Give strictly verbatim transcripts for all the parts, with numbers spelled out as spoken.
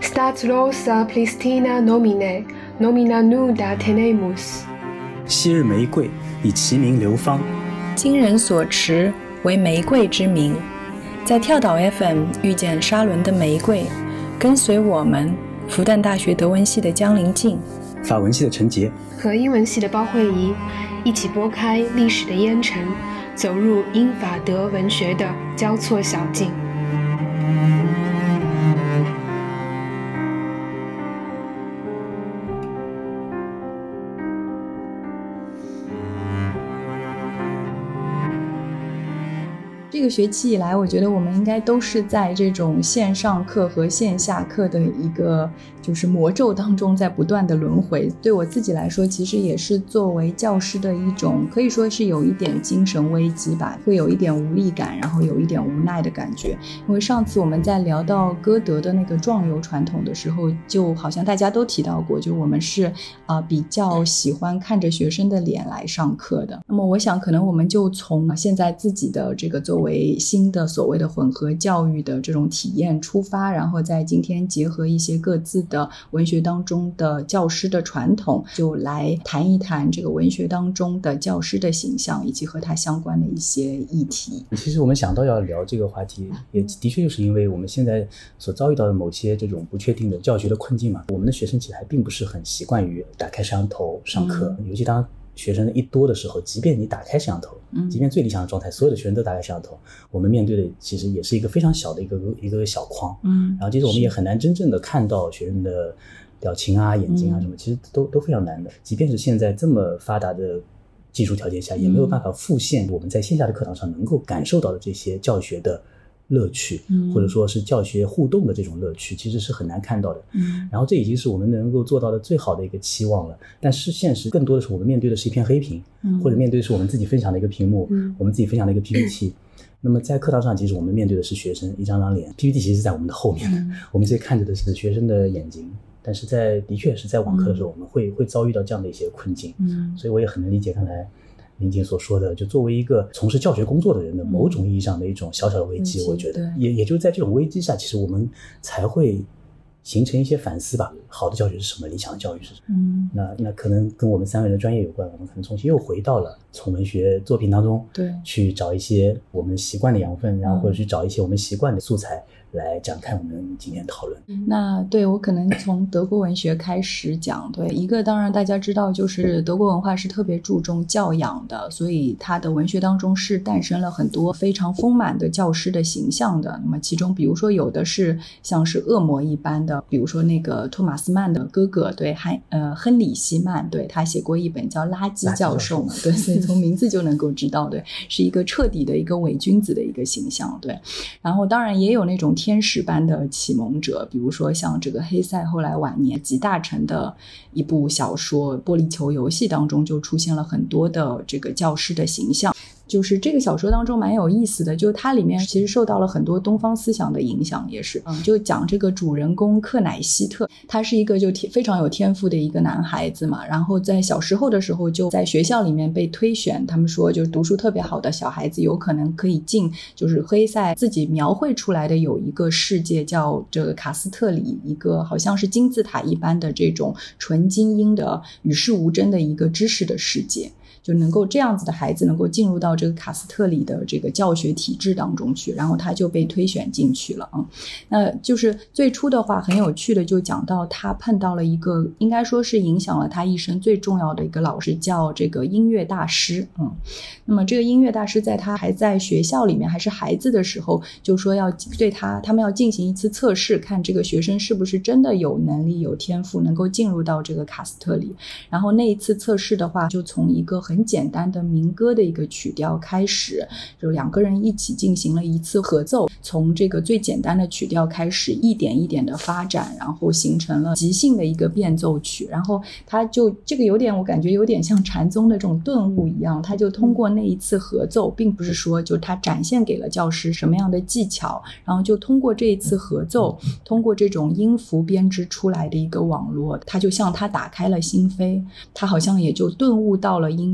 Stat rosa pristina nomine, nomina nuda tenemus。 昔日玫瑰以其名流芳， 今人所持为玫瑰之名。在跳岛 F M 遇见沙伦的玫瑰，跟随我们复旦大学德文系的江林静， 法文系的陈杰和英文系的包慧仪一起拨开历史的烟尘，走入英法德文学的交错小径。 这个学期以来，我觉得我们应该都是在这种线上课和线下课的一个就是魔咒当中在不断的轮回。对我自己来说，其实也是作为教师的一种，可以说是有一点精神危机吧，会有一点无力感，然后有一点无奈的感觉。因为上次我们在聊到歌德的那个壮游传统的时候，就好像大家都提到过，就我们是啊、呃、比较喜欢看着学生的脸来上课的。那么我想可能我们就从现在自己的这个作为为新的所谓的混合教育的这种体验出发，然后在今天结合一些各自的文学当中的教师的传统，就来谈一谈这个文学当中的教师的形象以及和它相关的一些议题。 其实我们想到要聊这个话题，也的确就是因为我们现在所遭遇到的某些这种不确定的教学的困境嘛。我们的学生其实还并不是很习惯于打开摄像头上课、嗯、尤其当学生一多的时候，即便你打开摄像头、嗯、即便最理想的状态所有的学生都打开摄像头，我们面对的其实也是一个非常小的一个一个小框，嗯，然后其实我们也很难真正的看到学生的表情啊眼睛啊什么、嗯、其实都都非常难的。即便是现在这么发达的技术条件下、嗯、也没有办法复现我们在线下的课堂上能够感受到的这些教学的乐趣、嗯、或者说是教学互动的这种乐趣，其实是很难看到的、嗯、然后这已经是我们能够做到的最好的一个期望了。但是现实更多的是我们面对的是一片黑屏、嗯、或者面对的是我们自己分享的一个屏幕、嗯、我们自己分享的一个 P P T、嗯、那么在课堂上其实我们面对的是学生一张张脸， P P T 其实是在我们的后面的、嗯、我们这看着的是学生的眼睛，但是在的确是在网课的时候、嗯、我们会会遭遇到这样的一些困境、嗯、所以我也很能理解刚才林静所说的，就作为一个从事教学工作的人的某种意义上的一种小小的危机、嗯、我觉得也也就是在这种危机下，其实我们才会形成一些反思吧。好的教学是什么？理想的教育是什么？嗯，那那可能跟我们三位人的专业有关，我们可能重新又回到了从文学作品当中对去找一些我们习惯的养分，然后或者去找一些我们习惯的素材来展开我们今天讨论。 那对，我可能从德国文学开始讲。对，一个当然大家知道，就是德国文化是特别注重教养的，所以它的文学当中是诞生了很多非常丰满的教师的形象的。那么其中比如说有的是像是恶魔一般的，比如说那个托马斯曼的哥哥，对，还呃亨里希曼，对，他写过一本叫《垃圾教授》嘛，对，所以从名字就能够知道，对，是一个彻底的一个伪君子的一个形象，对。然后当然也有那种天使般的启蒙者，比如说像这个黑塞后来晚年集大成的一部小说《玻璃球游戏》当中就出现了很多的这个教师的形象。就是这个小说当中蛮有意思的，就它里面其实受到了很多东方思想的影响，也是嗯，就讲这个主人公克乃希特，他是一个就非常有天赋的一个男孩子嘛，然后在小时候的时候就在学校里面被推选，他们说就是读书特别好的小孩子有可能可以进就是黑塞自己描绘出来的有一个世界叫这个卡斯特里，一个好像是金字塔一般的这种纯精英的与世无争的一个知识的世界，就能够这样子的孩子能够进入到这个卡斯特里的这个教学体制当中去，然后他就被推选进去了啊。那就是最初的话很有趣的就讲到他碰到了一个应该说是影响了他一生最重要的一个老师，叫这个音乐大师。嗯，那么这个音乐大师在他还在学校里面还是孩子的时候就说要对他他们要进行一次测试，看这个学生是不是真的有能力有天赋能够进入到这个卡斯特里。然后那一次测试的话就从一个很简单的民歌的一个曲调开始，就两个人一起进行了一次合奏，从这个最简单的曲调开始一点一点的发展，然后形成了即兴的一个变奏曲。然后他就这个有点我感觉有点像禅宗的这种顿悟一样，他就通过那一次合奏，并不是说就他展现给了教师什么样的技巧，然后就通过这一次合奏，通过这种音符编织出来的一个网络，他就向他打开了心扉，他好像也就顿悟到了音乐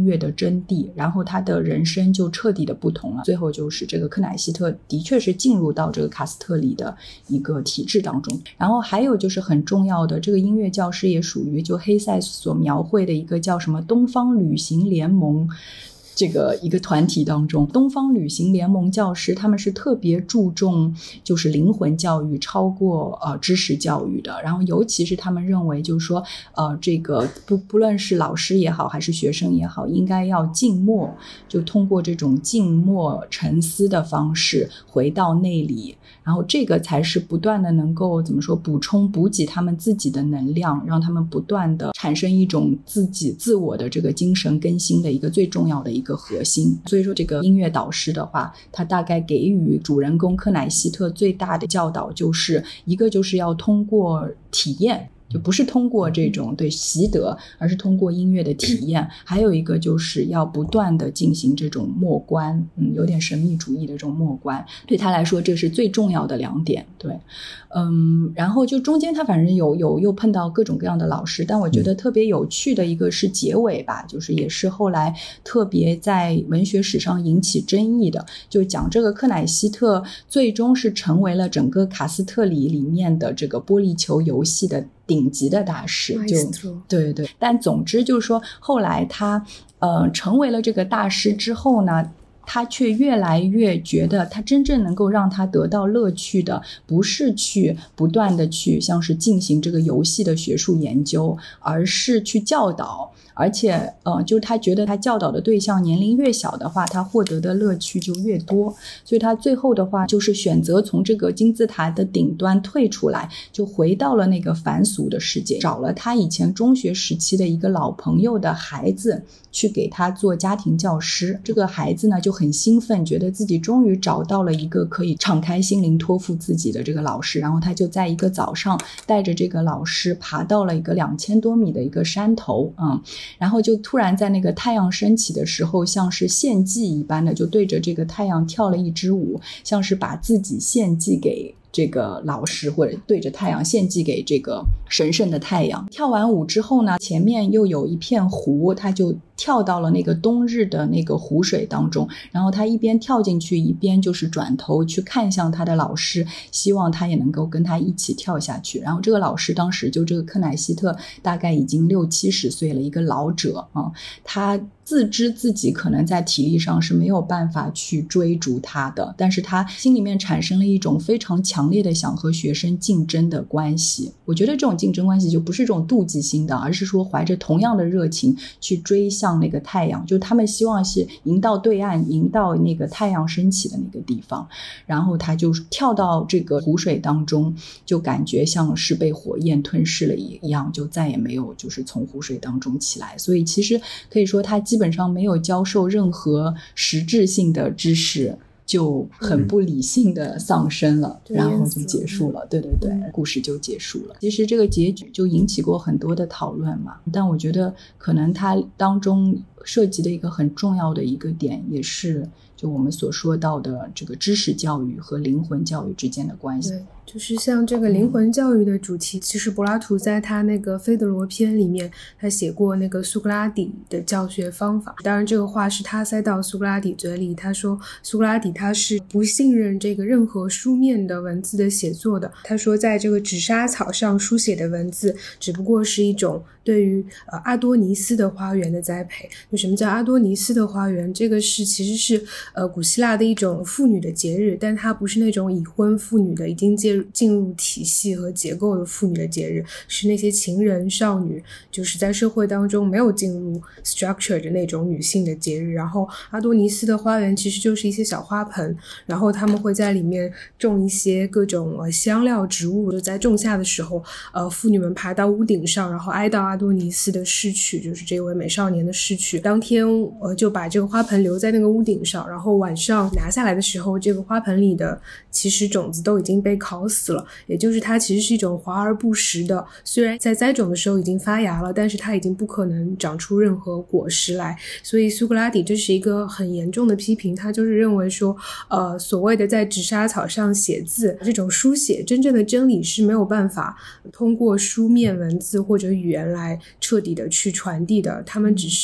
乐的真谛，然后他的人生就彻底的不同了。最后就是这个克乃希特的确是进入到这个卡斯特里的一个体制当中。然后还有就是很重要的，这个音乐教师也属于就黑塞所描绘的一个叫什么东方旅行联盟这个一个团体当中。东方旅行联盟教师他们是特别注重就是灵魂教育超过呃知识教育的，然后尤其是他们认为就是说呃这个不不论是老师也好还是学生也好，应该要静默，就通过这种静默沉思的方式回到内里，然后这个才是不断的能够怎么说补充补给他们自己的能量，让他们不断的产生一种自己自我的这个精神更新的一个最重要的一个核心。所以说这个音乐导师的话，他大概给予主人公克乃希特最大的教导，就是一个就是要通过体验，就不是通过这种对习得，而是通过音乐的体验。还有一个就是要不断的进行这种默观，嗯，有点神秘主义的这种默观，对他来说这是最重要的两点。对，嗯，然后就中间他反正有有又碰到各种各样的老师，但我觉得特别有趣的一个是结尾吧，就是也是后来特别在文学史上引起争议的，就讲这个克乃希特最终是成为了整个卡斯特里里面的这个玻璃球游戏的顶级的大师，就对对。但总之就是说，后来他呃成为了这个大师之后呢，他却越来越觉得他真正能够让他得到乐趣的不是去不断的去像是进行这个游戏的学术研究，而是去教导。而且呃，就是他觉得他教导的对象年龄越小的话，他获得的乐趣就越多，所以他最后的话就是选择从这个金字塔的顶端退出来，就回到了那个凡俗的世界，找了他以前中学时期的一个老朋友的孩子去给他做家庭教师。这个孩子呢就很兴奋，觉得自己终于找到了一个可以敞开心灵托付自己的这个老师，然后他就在一个早上带着这个老师爬到了一个两千多米的一个山头，嗯，然后就突然在那个太阳升起的时候，像是献祭一般的就对着这个太阳跳了一支舞，像是把自己献祭给这个老师，或者对着太阳献祭给这个神圣的太阳。跳完舞之后呢，前面又有一片湖，他就跳到了那个冬日的那个湖水当中，然后他一边跳进去一边就是转头去看向他的老师，希望他也能够跟他一起跳下去。然后这个老师当时就这个克乃希特大概已经六七十岁了，一个老者啊，他自知自己可能在体力上是没有办法去追逐他的，但是他心里面产生了一种非常强烈的想和学生竞争的关系。我觉得这种竞争关系就不是这种妒忌心的，而是说怀着同样的热情去追向那个太阳，就他们希望是迎到对岸，迎到那个太阳升起的那个地方。然后他就跳到这个湖水当中，就感觉像是被火焰吞噬了一样，就再也没有就是从湖水当中起来。所以其实可以说他基本上没有教授任何实质性的知识，就很不理性的丧生了，嗯、然后就结束了。对对对、嗯，故事就结束了。其实这个结局就引起过很多的讨论嘛，但我觉得可能它当中涉及的一个很重要的一个点，也是就我们所说到的这个知识教育和灵魂教育之间的关系。 对，就是像这个灵魂教育的主题、嗯、其实柏拉图在他那个菲德罗篇里面他写过那个苏格拉底的教学方法，当然这个话是他塞到苏格拉底嘴里，他说苏格拉底他是不信任这个任何书面的文字的写作的，他说在这个纸莎草上书写的文字只不过是一种对于呃阿多尼斯的花园的栽培。就什么叫阿多尼斯的花园？这个是其实是呃古希腊的一种妇女的节日，但它不是那种已婚妇女的已经进入进入体系和结构的妇女的节日，是那些情人少女，就是在社会当中没有进入 structure 的那种女性的节日。然后阿多尼斯的花园其实就是一些小花盆，然后他们会在里面种一些各种呃香料植物，就在仲夏的时候呃妇女们爬到屋顶上，然后哀悼阿多尼斯的逝去，就是这位美少年的逝去。当天呃就把这个花盆留在那个屋顶上，然后晚上拿下来的时候，这个花盆里的其实种子都已经被烤死了，也就是它其实是一种华而不实的，虽然在栽种的时候已经发芽了，但是它已经不可能长出任何果实来。所以苏格拉底这是一个很严重的批评，他就是认为说呃，所谓的在纸莎草上写字这种书写，真正的真理是没有办法通过书面文字或者语言来彻底的去传递的，他们只是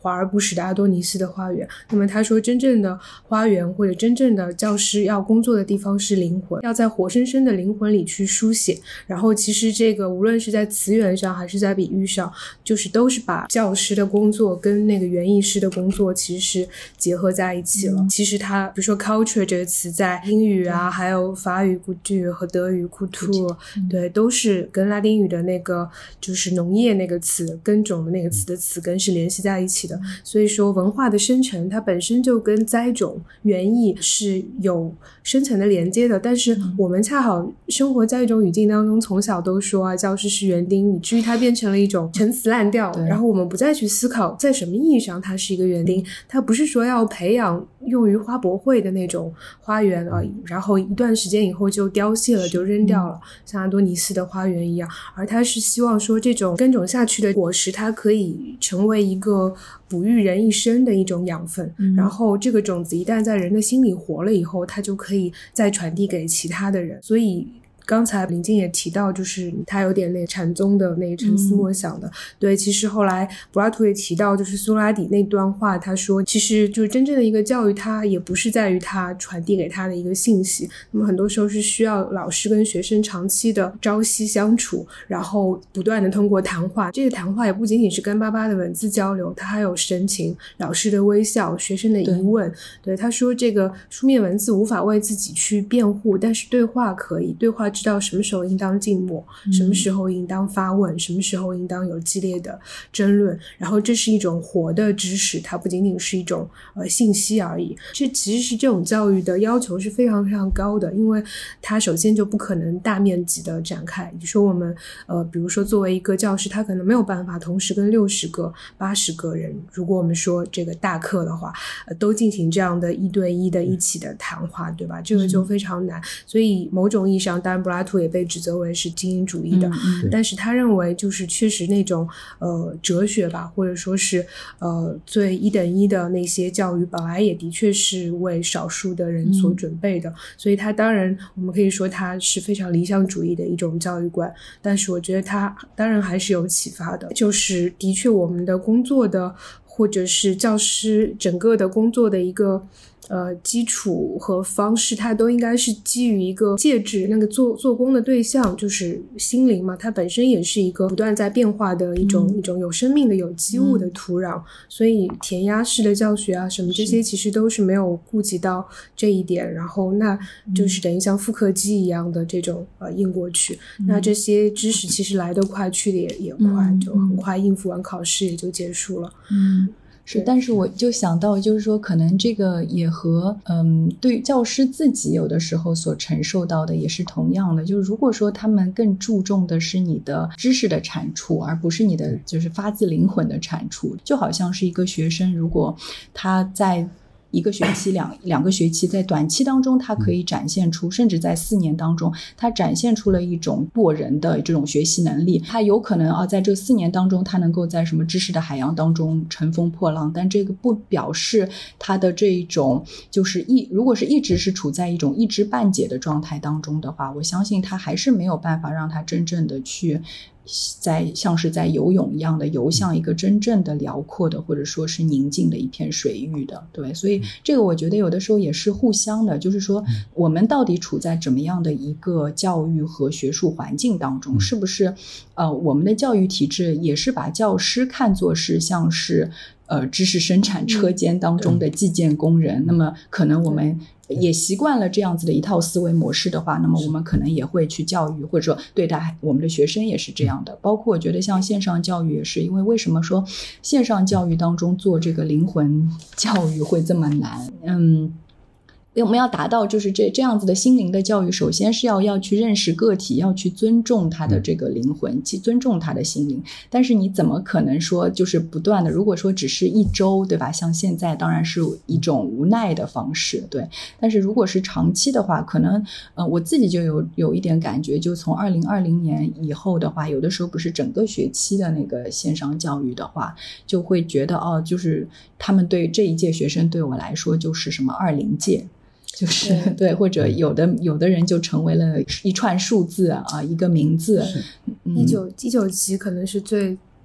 华尔布什的阿多尼斯的花园。那么他说真正的花园或者真正的教师要工作的地方是灵魂，要在活生生的灵魂里去书写。然后其实这个无论是在词源上还是在比喻上，就是都是把教师的工作跟那个园艺师的工作其实是结合在一起了、嗯、其实他比如说 culture 这个词在英语啊、嗯、还有法语 culture 和德语 culture、嗯、对，都是跟拉丁语的那个就是农业那个词耕种的那个词的词根是联系在一起的、嗯、所以说文化的生成它本身就跟栽种园艺是有深层的连接的，但是我们恰好生活在一种语境当中，从小都说啊教师是园丁，以至于它变成了一种陈词滥调，然后我们不再去思考在什么意义上它是一个园丁，它不是说要培养用于花博会的那种花园而已，然后一段时间以后就凋谢了就扔掉了，像阿多尼斯的花园一样，而它是希望说这种耕种下去的果实它可以成为一个哺育人一生的一种养分、嗯、然后这个种子一旦在人的心里活了以后，它就可以再传递给其他的人。所以刚才林静也提到，就是他有点那个禅宗的那个沉思默想的、嗯、对，其实后来柏拉图也提到，就是苏格拉底那段话，他说其实就是真正的一个教育，它也不是在于他传递给他的一个信息，那么很多时候是需要老师跟学生长期的朝夕相处，然后不断的通过谈话，这个谈话也不仅仅是跟爸爸的文字交流，他还有神情，老师的微笑，学生的疑问。 对, 对他说这个书面文字无法为自己去辩护，但是对话可以，对话知道什么时候应当静默、嗯、什么时候应当发问，什么时候应当有激烈的争论，然后这是一种活的知识，它不仅仅是一种呃信息而已。这其实是这种教育的要求是非常非常高的，因为它首先就不可能大面积的展开，你说我们呃，比如说作为一个教师，他可能没有办法同时跟六十个八十个人，如果我们说这个大课的话、呃、都进行这样的一对一的一起的谈话，对吧？这个就非常难、嗯、所以某种意义上当然柏拉图也被指责为是精英主义的、嗯、但是他认为就是确实那种呃哲学吧，或者说是呃最一等一的那些教育本来也的确是为少数的人所准备的、嗯、所以他当然我们可以说他是非常理想主义的一种教育观，但是我觉得他当然还是有启发的，就是的确我们的工作的或者是教师整个的工作的一个呃基础和方式，它都应该是基于一个介质，那个做做工的对象就是心灵嘛，它本身也是一个不断在变化的一种、嗯、一种有生命的有机物的土壤、嗯、所以填鸭式的教学啊什么这些其实都是没有顾及到这一点，然后那就是等于像复刻机一样的这种呃印过去、嗯、那这些知识其实来得快去得也也快、嗯、就很快应付完考试也就结束了。 嗯，是，但是我就想到就是说可能这个也和嗯，对教师自己有的时候所承受到的也是同样的，就是如果说他们更注重的是你的知识的产出而不是你的就是发自灵魂的产出，就好像是一个学生如果他在一个学期两两个学期在短期当中他可以展现出、嗯、甚至在四年当中他展现出了一种过人的这种学习能力，他有可能啊在这四年当中他能够在什么知识的海洋当中乘风破浪，但这个不表示他的这一种就是一如果是一直是处在一种一知半解的状态当中的话，我相信他还是没有办法让他真正的去在像是在游泳一样的游向一个真正的辽阔的或者说是宁静的一片水域的。对，所以这个我觉得有的时候也是互相的，就是说我们到底处在怎么样的一个教育和学术环境当中，是不是呃我们的教育体制也是把教师看作是像是呃知识生产车间当中的计件工人、嗯、那么可能我们也习惯了这样子的一套思维模式的话，那么我们可能也会去教育或者说对待我们的学生也是这样的。包括我觉得像线上教育也是，因为为什么说线上教育当中做这个灵魂教育会这么难，嗯我们要达到就是这这样子的心灵的教育，首先是要要去认识个体，要去尊重他的这个灵魂，去尊重他的心灵。但是你怎么可能说就是不断的，如果说只是一周，对吧？像现在当然是一种无奈的方式，对。但是如果是长期的话，可能呃我自己就有有一点感觉，就从二零二零年以后的话，有的时候不是整个学期的那个线上教育的话，就会觉得哦，就是他们对这一届学生对我来说就是什么二零届。就是对, 对，或者有的有的人就成为了一串数字啊，一个名字。 一九一九级可能是最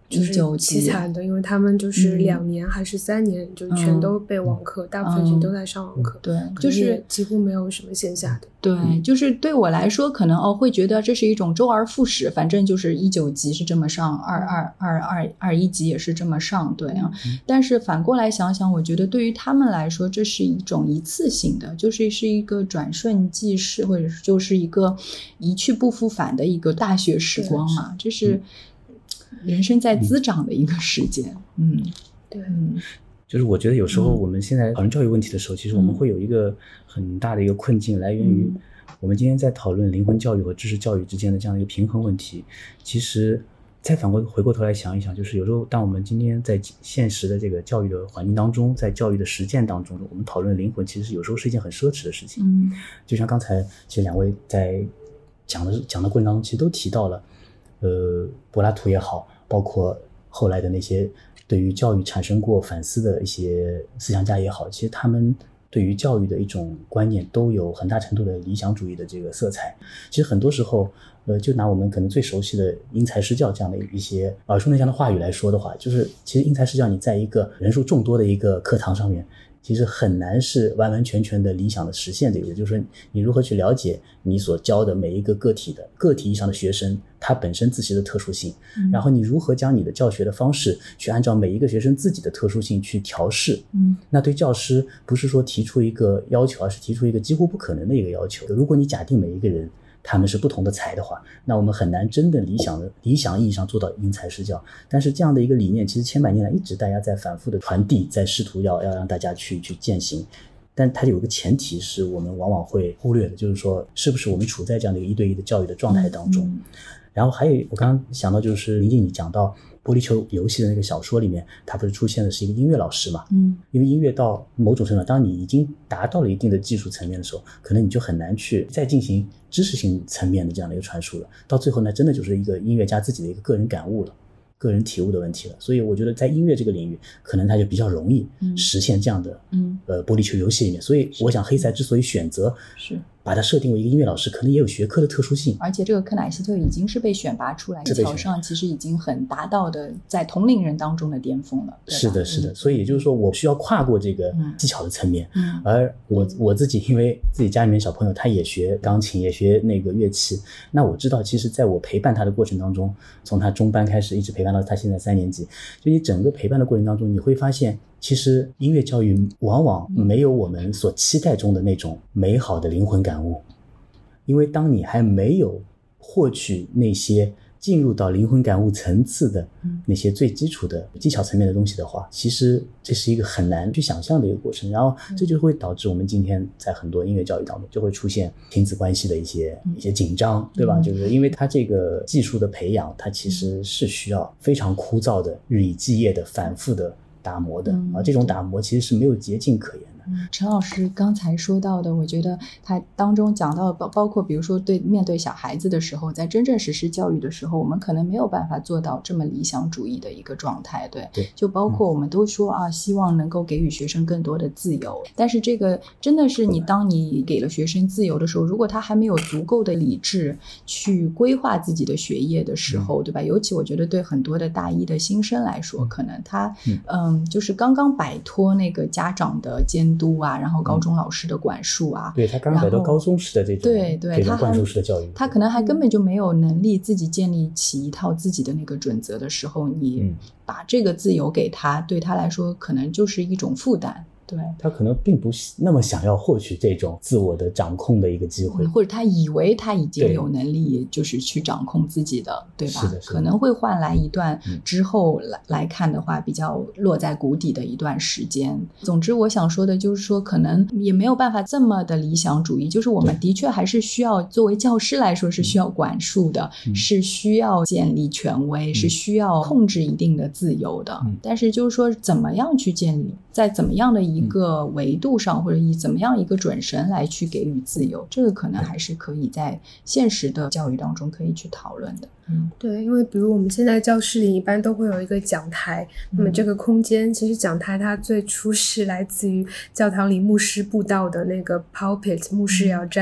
就是凄惨的，因为他们就是两年还是三年、嗯、就全都被网课、嗯、大部分人都在上网课、 嗯、对，就是几乎没有什么线下的。 对、嗯、就是对我来说可能哦会觉得这是一种周而复始，反正就是一九级是这么上，二二二二二一级也是这么上，对啊、嗯、但是反过来想想，我觉得对于他们来说这是一种一次性的，就是是一个转瞬即逝，或者就是一个一去不复返的一个大学时光嘛，这是人生在滋长的一个时间。嗯， 对， 嗯， 就是我觉得有时候我们现在讨论教育问题的时候、嗯、其实我们会有一个很大的一个困境，来源于我们今天在讨论灵魂教育和知识教育之间的这样的一个平衡问题。其实再反过回过头来想一想，就是有时候当我们今天在现实的这个教育的环境当中，在教育的实践当中，我们讨论灵魂其实有时候是一件很奢侈的事情。 嗯， 就像刚才其实两位在讲的讲的过程当中其实都提到了呃，柏拉图也好，包括后来的那些对于教育产生过反思的一些思想家也好，其实他们对于教育的一种观念都有很大程度的理想主义的这个色彩。其实很多时候呃，就拿我们可能最熟悉的因材施教这样的一些耳熟能详的话语来说的话，就是其实因材施教你在一个人数众多的一个课堂上面，其实很难是完完全全的理想的实现这个，就是说你如何去了解你所教的每一个个体的个体意义上的学生他本身自己的特殊性、嗯、然后你如何将你的教学的方式去按照每一个学生自己的特殊性去调试。 嗯， 那对教师不是说提出一个要求，而是提出一个几乎不可能的一个要求。如果你假定每一个人他们是不同的才的话，那我们很难真的理想的理想意义上做到因材施教。但是这样的一个理念其实千百年来一直大家在反复的传递，在试图要要让大家去去践行。但它有一个前提是我们往往会忽略的，就是说是不是我们处在这样的一个一对一的教育的状态当中、嗯嗯、然后还有我刚刚想到就是林静你讲到玻璃球游戏的那个小说里面，它不是出现的是一个音乐老师嘛？ 嗯， 因为音乐到某种程度上，当你已经达到了一定的技术层面的时候，可能你就很难去再进行知识性层面的这样的一个传输了。到最后呢，真的就是一个音乐家自己的一个个人感悟了，个人体悟的问题了。所以我觉得在音乐这个领域，可能它就比较容易实现这样的、 嗯、 呃玻璃球游戏里面。所以我想黑塞之所以选择是把它设定为一个音乐老师，可能也有学科的特殊性。 而且这个克乃希特已经是被选拔出来，技巧上其实已经很达到的在同龄人当中的巅峰了。 是的是的、嗯、所以也就是说我需要跨过这个技巧的层面、 嗯、 而我我自己因为自己家里面小朋友他也学钢琴也学那个乐器，那我知道其实在我陪伴他的过程当中，从他中班开始一直陪伴到他现在三年级，就你整个陪伴的过程当中，你会发现其实音乐教育往往没有我们所期待中的那种美好的灵魂感悟。因为当你还没有获取那些进入到灵魂感悟层次的那些最基础的技巧层面的东西的话，其实这是一个很难去想象的一个过程。然后这就会导致我们今天在很多音乐教育当中就会出现亲子关系的一些一些紧张，对吧？就是因为它这个技术的培养，它其实是需要非常枯燥的日以继夜的反复的打磨的，而这种打磨其实是没有捷径可言的。 陈老师刚才说到的，我觉得他当中讲到包包括比如说对面对小孩子的时候，在真正实施教育的时候，我们可能没有办法做到这么理想主义的一个状态。对， 对， 就包括我们都说啊，希望能够给予学生更多的自由，但是这个真的是你当你给了学生自由的时候，如果他还没有足够的理智去规划自己的学业的时候，对吧？尤其我觉得对很多的大一的新生来说，可能他嗯、呃、就是刚刚摆脱那个家长的监督啊，然后高中老师的管束啊， 嗯、对，他刚摆脱高中式的这种对对， 这种灌输式的教育， 他可能还根本就没有能力自己建立起一套自己的那个准则的时候，你把这个自由给他，对他来说可能就是一种负担。对， 他可能并不那么想要获取这种自我的掌控的一个机会、 嗯、或者他以为他已经有能力就是去掌控自己的， 对, 对吧？ 是的，是的， 可能会换来一段之后来、嗯、来看的话比较落在谷底的一段时间。总之我想说的就是说，可能也没有办法这么的理想主义，就是我们的确还是需要作为教师来说是需要管束的、嗯、是需要建立权威、嗯、是需要控制一定的自由的、嗯、但是就是说怎么样去建立，在怎么样的一个维度上、嗯、或者以怎么样一个准绳来去给予自由，这个可能还是可以在现实的教育当中可以去讨论的。嗯， 对，因为比如我们现在教室里一般都会有一个讲台、嗯、那么这个空间其实讲台它最初是来自于教堂里牧师布道的那个 pulpit， 牧师也要站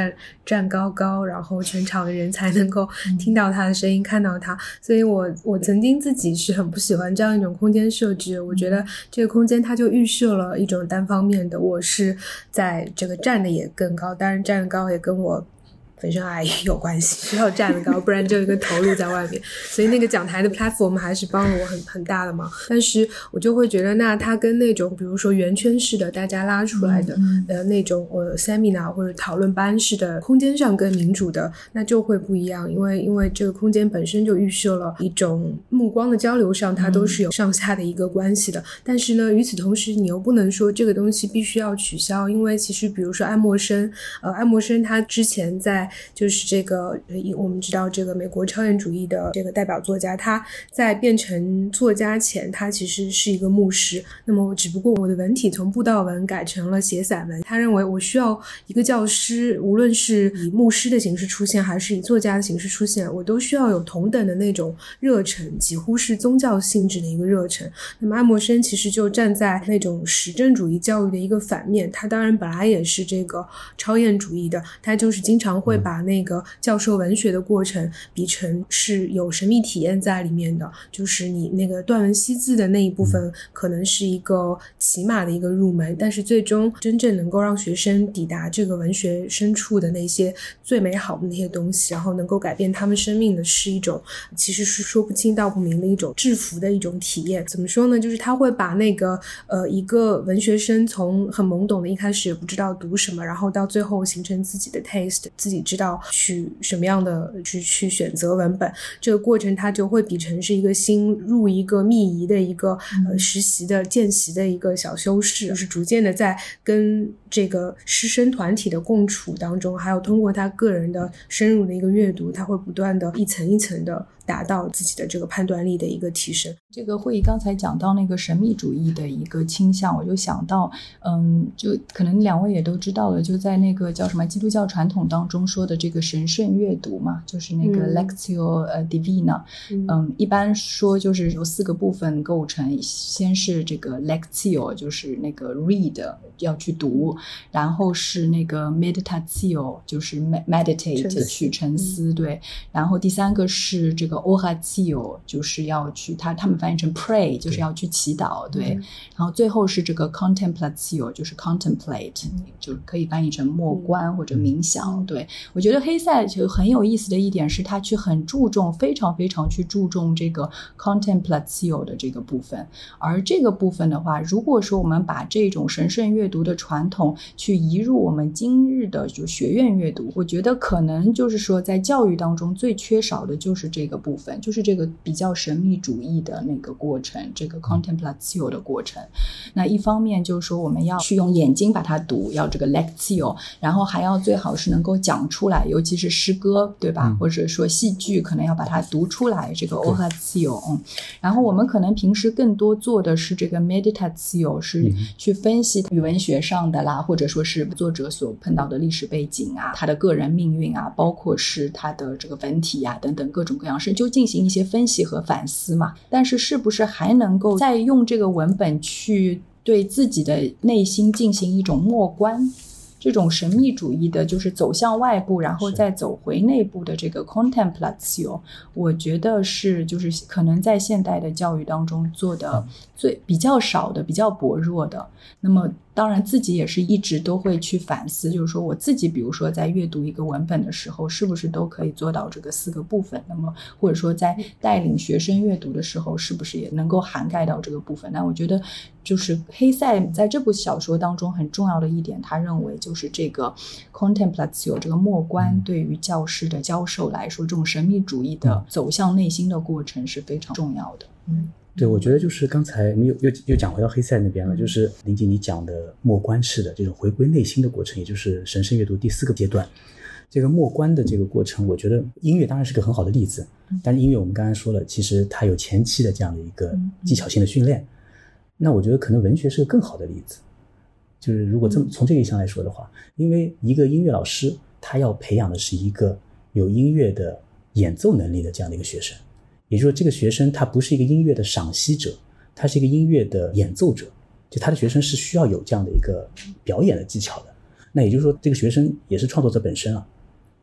站高高，然后全场的人才能够听到他的声音、嗯、看到他。所以我我曾经自己是很不喜欢这样一种空间设置，我觉得这个空间它就预设了一种单方面的，我是在这个站的也更高，当然站得高也跟我本身矮有关系，需要站得高，不然就一个头露在外面。所以那个讲台的 platform 还是帮了我很很大的忙。但是我就会觉得，那它跟那种比如说圆圈式的大家拉出来的、嗯、呃那种呃 seminar 或者讨论班式的空间上更民主的，那就会不一样。因为因为这个空间本身就预设了一种目光的交流上，它都是有上下的一个关系的。嗯、但是呢，与此同时，你又不能说这个东西必须要取消，因为其实比如说爱默生，呃，爱默生他之前在就是这个我们知道这个美国超验主义的这个代表作家，他在变成作家前他其实是一个牧师，那么只不过我的文体从布道文改成了写散文，他认为我需要一个教师，无论是以牧师的形式出现还是以作家的形式出现，我都需要有同等的那种热忱，几乎是宗教性质的一个热忱。那么爱默生其实就站在那种实证主义教育的一个反面，他当然本来也是这个超验主义的，他就是经常会把那个教授文学的过程比成是有神秘体验在里面的，就是你那个断文析字的那一部分可能是一个起码的一个入门，但是最终真正能够让学生抵达这个文学深处的那些最美好的那些东西，然后能够改变他们生命的是一种其实是说不清道不明的一种制服的一种体验。怎么说呢，就是他会把那个呃一个文学生从很懵懂的一开始也不知道读什么，然后到最后形成自己的 taste， 自己知道去什么样的去去选择文本，这个过程它就会比成是一个新入一个密仪的一个、嗯、呃实习的见习的一个小修饰，就是逐渐的在跟这个师生团体的共处当中，还有通过他个人的深入的一个阅读，他会不断的一层一层的达到自己的这个判断力的一个提升。 这个会议刚才讲到那个神秘主义的一个倾向，我就想到嗯，就可能两位也都知道了，就在那个叫什么基督教传统当中说的这个神圣阅读嘛，就是那个 Lectio Divina。 嗯, 嗯，一般说就是由四个部分构成，先是这个 Lectio 就是那个 read 要去读，然后是那个 Meditatio 就是 meditate 去沉思、嗯、对，然后第三个是这个 Oratio 就是要去他他们翻译成 pray 就是要去祈祷， 对, 对、嗯、然后最后是这个 Contemplatio 就是 contemplate、嗯、就可以翻译成默观或者冥想、嗯、对，我觉得黑塞就很有意思的一点是他去很注重非常非常去注重这个 Contemplatio 的这个部分，而这个部分的话，如果说我们把这种神圣阅读的传统去移入我们今日的就学院阅读，我觉得可能就是说在教育当中最缺少的就是这个部分，就是这个比较神秘主义的那个过程，这个 contemplatio 的过程。那一方面就是说我们要去用眼睛把它读，要这个 lectio， 然后还要最好是能够讲出来，尤其是诗歌对吧、嗯、或者说戏剧可能要把它读出来，这个 oratio、嗯、然后我们可能平时更多做的是这个 meditatio， 是去分析语文学上的啦，或者说是作者所碰到的历史背景啊，他的个人命运啊，包括是他的这个文体啊等等各种各样事，就进行一些分析和反思嘛。但是是不是还能够再用这个文本去对自己的内心进行一种默观，这种神秘主义的就是走向外部然后再走回内部的这个 contemplatio， 我觉得是就是可能在现代的教育当中做的最比较少的比较薄弱的。那么当然自己也是一直都会去反思，就是说我自己比如说在阅读一个文本的时候是不是都可以做到这个四个部分，那么或者说在带领学生阅读的时候是不是也能够涵盖到这个部分。那我觉得就是黑塞在这部小说当中很重要的一点，他认为就是这个 contemplatio 这个默观对于教师的教授来说，这种神秘主义的走向内心的过程是非常重要的。嗯， 对，我觉得就是刚才又又又讲回到黑塞那边了，就是林姐你讲的默观式的这种回归内心的过程，也就是神圣阅读第四个阶段。这个默观的这个过程，我觉得音乐当然是个很好的例子，但是音乐我们刚才说了，其实它有前期的这样的一个技巧性的训练。那我觉得可能文学是个更好的例子，就是如果这么从这个意义上来说的话，因为一个音乐老师他要培养的是一个有音乐的演奏能力的这样的一个学生，也就是说这个学生他不是一个音乐的赏析者，他是一个音乐的演奏者，就他的学生是需要有这样的一个表演的技巧的。那也就是说这个学生也是创作者本身啊，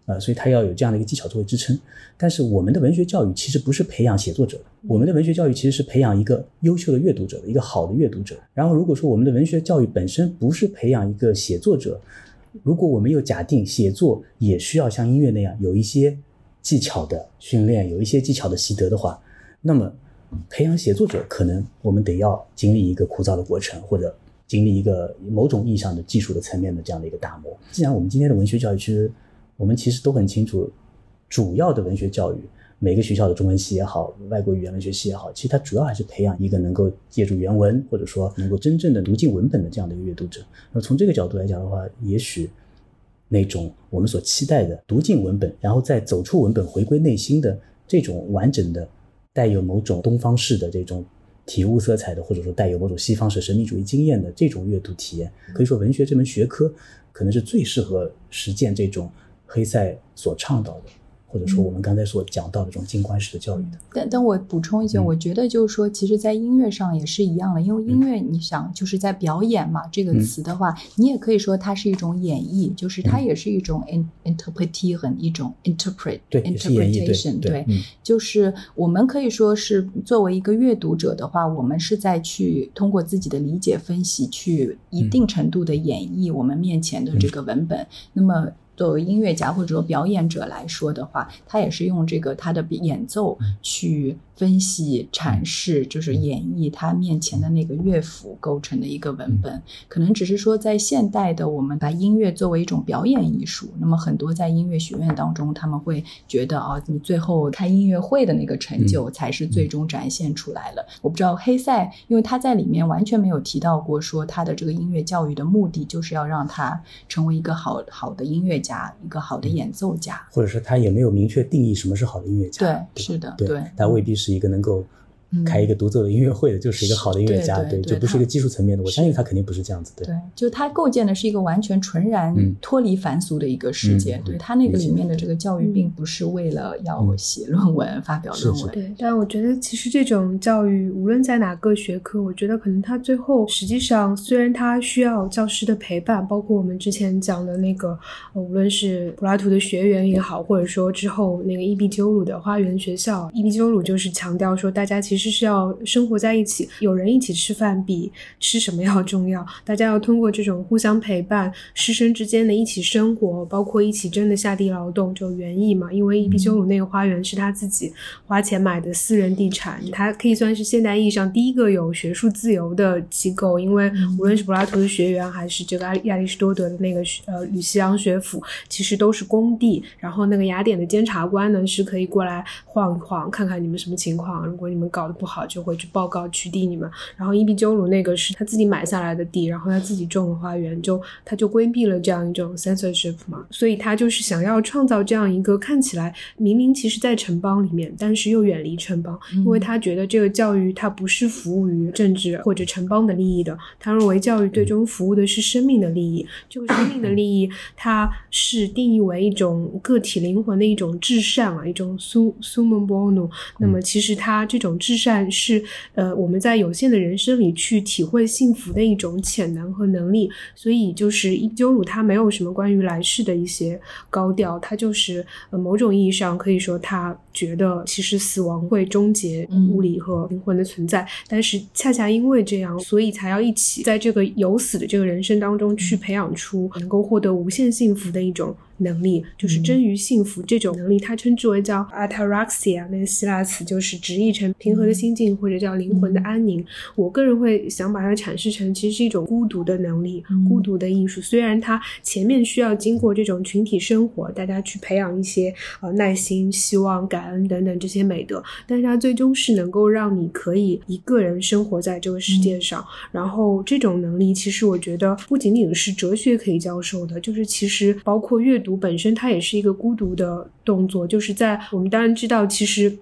呃，所以它要有这样的一个技巧作为支撑。但是我们的文学教育其实不是培养写作者的，我们的文学教育其实是培养一个优秀的阅读者的，一个好的阅读者。然后如果说我们的文学教育本身不是培养一个写作者，如果我们又假定写作也需要像音乐那样有一些技巧的训练，有一些技巧的习得的话，那么培养写作者可能我们得要经历一个枯燥的过程，或者经历一个某种意义上的技术的层面的这样的一个打磨。既然我们今天的文学教育，其实我们其实都很清楚，主要的文学教育，每个学校的中文系也好，外国语言文学系也好，其实它主要还是培养一个能够借助原文，或者说能够真正的读进文本的这样的一个阅读者。那从这个角度来讲的话，也许那种我们所期待的读进文本，然后再走出文本回归内心的这种完整的带有某种东方式的这种体悟色彩的，或者说带有某种西方式神秘主义经验的这种阅读体验，可以说文学这门学科可能是最适合实践这种黑塞所倡导的，或者说我们刚才所讲到的这种静观式的教育的。 但但我补充一句、嗯、我觉得就是说其实在音乐上也是一样的，因为音乐你想就是在表演嘛、嗯、这个词的话你也可以说它是一种演绎，就是它也是一种 interpretation 和一种 interpret 对 interpretation 对, 对、嗯、就是我们可以说是作为一个阅读者的话，我们是在去通过自己的理解分析去一定程度的演绎我们面前的这个文本、嗯、那么作为音乐家或者说表演者来说的话，他也是用这个他的演奏去分析阐释，就是演绎他面前的那个乐府构成的一个文本。可能只是说在现代的我们把音乐作为一种表演艺术，那么很多在音乐学院当中他们会觉得哦，你最后开音乐会的那个成就才是最终展现出来了。我不知道黑塞，因为他在里面完全没有提到过说他的这个音乐教育的目的就是要让他成为一个好好的音乐家，一个好的演奏家， 或者说他也没有明确定义什么是好的音乐家。 对，对是的， 对， 对， 他未必是一个能够开一个独奏的音乐会的、嗯、就是一个好的音乐家， 对, 对, 对, 对，就不是一个技术层面的，我相信他肯定不是这样子。对， 对，就他构建的是一个完全纯然脱离凡俗的一个世界、嗯、对，他那个里面的这个教育并不是为了要写论文、嗯、发表论文。 对，但我觉得其实这种教育无论在哪个学科，我觉得可能他最后实际上虽然他需要教师的陪伴，包括我们之前讲的那个、呃、无论是柏拉图的学园也好，或者说之后那个伊壁鸠鲁的花园学校，伊壁鸠鲁就是强调说大家其实是要生活在一起，有人一起吃饭比吃什么要重要，大家要通过这种互相陪伴，师生之间的一起生活，包括一起真的下地劳动，就园艺嘛，因为伊壁鸠鲁那个花园是他自己花钱买的私人地产，他可以算是现代意义上第一个有学术自由的机构，因为无论是柏拉图的学园还是这个亚里士多德的那个呃吕西昂学府，其实都是公地，然后那个雅典的监察官呢是可以过来晃一晃，看看你们什么情况，如果你们搞得不好就会去报告取缔你们。然后伊壁鸠鲁那个是他自己买下来的地，然后他自己种的花园，就他就规避了这样一种 censorship 嘛，所以他就是想要创造这样一个看起来明明其实在城邦里面，但是又远离城邦、嗯、因为他觉得这个教育它不是服务于政治或者城邦的利益的，他认为教育最终服务的是生命的利益，这个生命的利益它是定义为一种个体灵魂的一种至善啊，一种 summum bonum。 那么其实它这种至善是呃我们在有限的人生里去体会幸福的一种潜能和能力，所以就是伊壁鸠鲁他没有什么关于来世的一些高调，他就是呃某种意义上可以说他觉得其实死亡会终结物理和灵魂的存在、嗯、但是恰恰因为这样，所以才要一起在这个有死的这个人生当中去培养出能够获得无限幸福的一种能力，就是臻于幸福这种能力，它称之为叫 ataraxia， 那个希腊词就是直译成平和的心境或者叫灵魂的安宁。我个人会想把它阐释成其实是一种孤独的能力，孤独的艺术。虽然它前面需要经过这种群体生活，大家去培养一些呃耐心、希望、感恩等等这些美德，但是它最终是能够让你可以一个人生活在这个世界上、嗯、然后这种能力其实我觉得不仅仅是哲学可以教授的，就是其实包括阅读本身它也是一个孤独的动作，就是在我们当然知道其实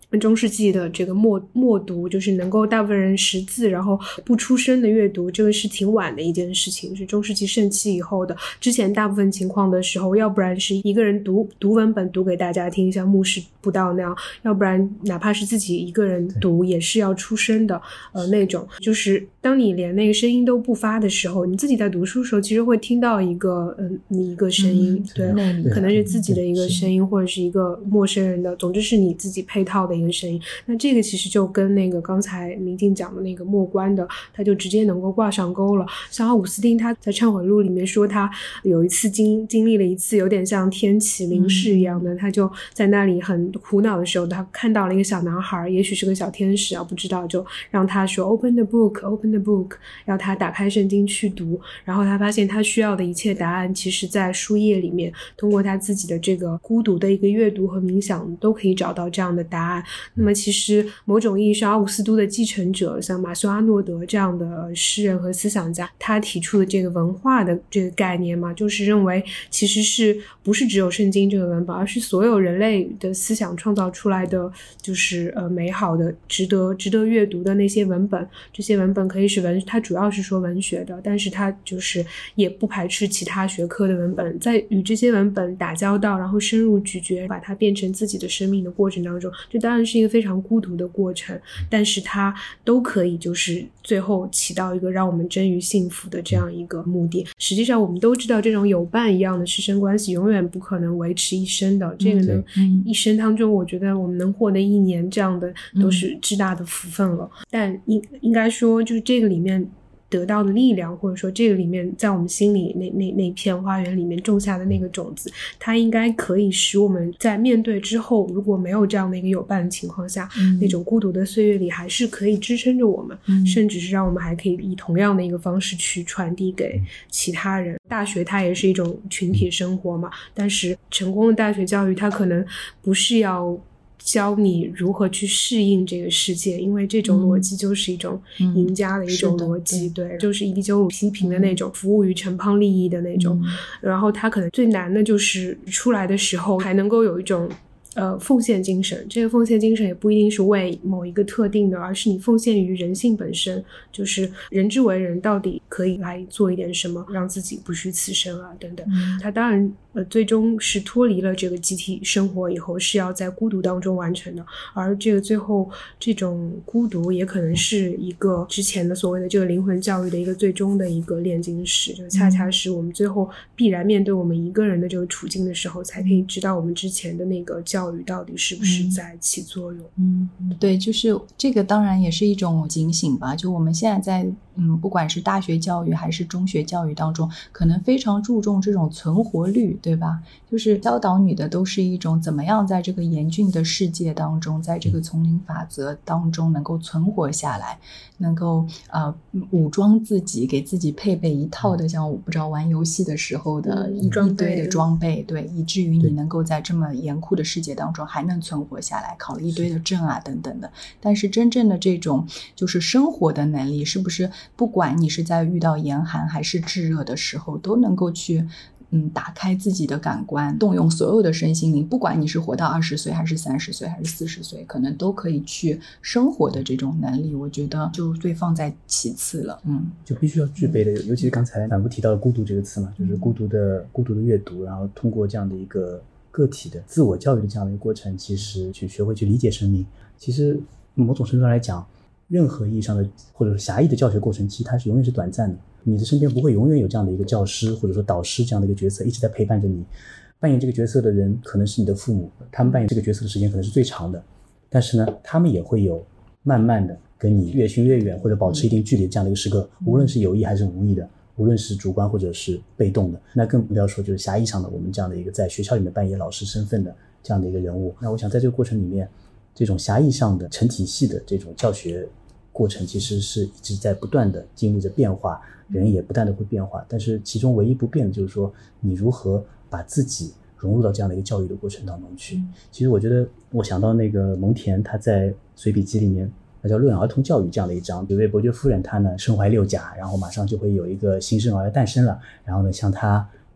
中世纪的这个默默读，就是能够大部分人识字然后不出声的阅读，这个是挺晚的一件事情，是中世纪盛期以后的。之前大部分情况的时候，要不然是一个人读读文本读给大家听，像牧师布道那样，要不然哪怕是自己一个人读也是要出声的呃那种。就是当你连那个声音都不发的时候，你自己在读书的时候其实会听到一个嗯、呃、你一个声音、嗯、对，对可能是自己的一个声音或者是一个陌生人的，总之是你自己配套的一个声音。那这个其实就跟那个刚才明镜讲的那个默观的，他就直接能够挂上钩了。像奥古斯丁他在忏悔录里面说，他有一次经经历了一次有点像天启灵视一样的、嗯、他就在那里很苦恼的时候，他看到了一个小男孩，也许是个小天使啊，不知道，就让他说 open the book open the book， 要他打开圣经去读。然后他发现他需要的一切答案其实在书页里面，通过他自己的这个孤独的一个阅读和冥想都可以找到这样的答案。那么其实某种意义上，奥古斯都的继承者像马修阿诺德这样的诗人和思想家，他提出的这个文化的这个概念嘛，就是认为其实是不是只有圣经这个文本，而是所有人类的思想创造出来的就是呃美好的值得值得阅读的那些文本。这些文本可以是文，它主要是说文学的，但是它就是也不排斥其他学科的文本，在与这些文本打交道，然后深入咀嚼，把它变成自己的生命的过程当中，这当然是一个非常孤独的过程，但是它都可以就是最后起到一个让我们臻于幸福的这样一个目的。实际上我们都知道，这种有伴一样的师生关系永远不可能维持一生的，这个呢、嗯、一生当中我觉得我们能获得一年这样的都是至大的福分了、嗯、但应应该说就是这个里面得到的力量，或者说这个里面在我们心里那那那片花园里面种下的那个种子，它应该可以使我们在面对之后如果没有这样的一个有伴的情况下、嗯、那种孤独的岁月里还是可以支撑着我们、嗯、甚至是让我们还可以以同样的一个方式去传递给其他人。大学它也是一种群体生活嘛，但是成功的大学教育它可能不是要教你如何去适应这个世界，因为这种逻辑就是一种赢家的一种逻辑、嗯、对，就是伊壁鸠鲁批评的那种、嗯、服务于城邦利益的那种、嗯、然后他可能最难的就是出来的时候还能够有一种呃，奉献精神。这个奉献精神也不一定是为某一个特定的，而是你奉献于人性本身，就是人之为人到底可以来做一点什么让自己不虚此生啊等等、嗯、他当然呃，最终是脱离了这个集体生活以后是要在孤独当中完成的，而这个最后这种孤独也可能是一个之前的所谓的这个灵魂教育的一个最终的一个炼金石，就恰恰是我们最后必然面对我们一个人的这个处境的时候才可以知道我们之前的那个教育到底是不是在起作用。 嗯，对，就是这个当然也是一种警醒吧，就我们现在在嗯，不管是大学教育还是中学教育当中，可能非常注重这种存活率，对吧？就是教导你的都是一种怎么样在这个严峻的世界当中，在这个丛林法则当中能够存活下来，能够呃武装自己，给自己配备一套的像我不知道玩游戏的时候的一堆的装备，对，以至于你能够在这么严酷的世界当中还能存活下来，考了一堆的证啊等等的。但是真正的这种就是生活的能力，是不是不管你是在遇到严寒还是炙热的时候都能够去嗯，打开自己的感官，动用所有的身心灵，不管你是活到二十岁还是三十岁还是四十岁，可能都可以去生活的这种能力，我觉得就最放在其次了。嗯， 就必须要具备的，尤其是刚才反复提到的孤独这个词嘛，就是孤独的孤独的阅读，然后通过这样的一个个体的自我教育的这样的一个过程，其实去学会去理解生命。其实某种程度上来讲，任何意义上的或者是狭义的教学过程，其实它是永远是短暂的。你的身边不会永远有这样的一个教师或者说导师这样的一个角色一直在陪伴着你。扮演这个角色的人可能是你的父母，他们扮演这个角色的时间可能是最长的，但是呢，他们也会有慢慢的跟你越行越远或者保持一定距离这样的一个时刻，无论是有意还是无意的，无论是主观或者是被动的。那更不要说就是狭义上的我们这样的一个在学校里面扮演老师身份的这样的一个人物。那我想在这个过程里面，这种狭义上的成体系的这种教学过程其实是一直在不断的经历着变化，人也不断的会变化，但是其中唯一不变的就是说你如何把自己融入到这样的一个教育的过程当中去。其实我觉得我想到那个蒙恬他在随笔集里面那叫论儿童教育这样的一章，有位伯爵夫人她呢身怀六甲，然后马上就会有一个新生儿要诞生了，然后呢向她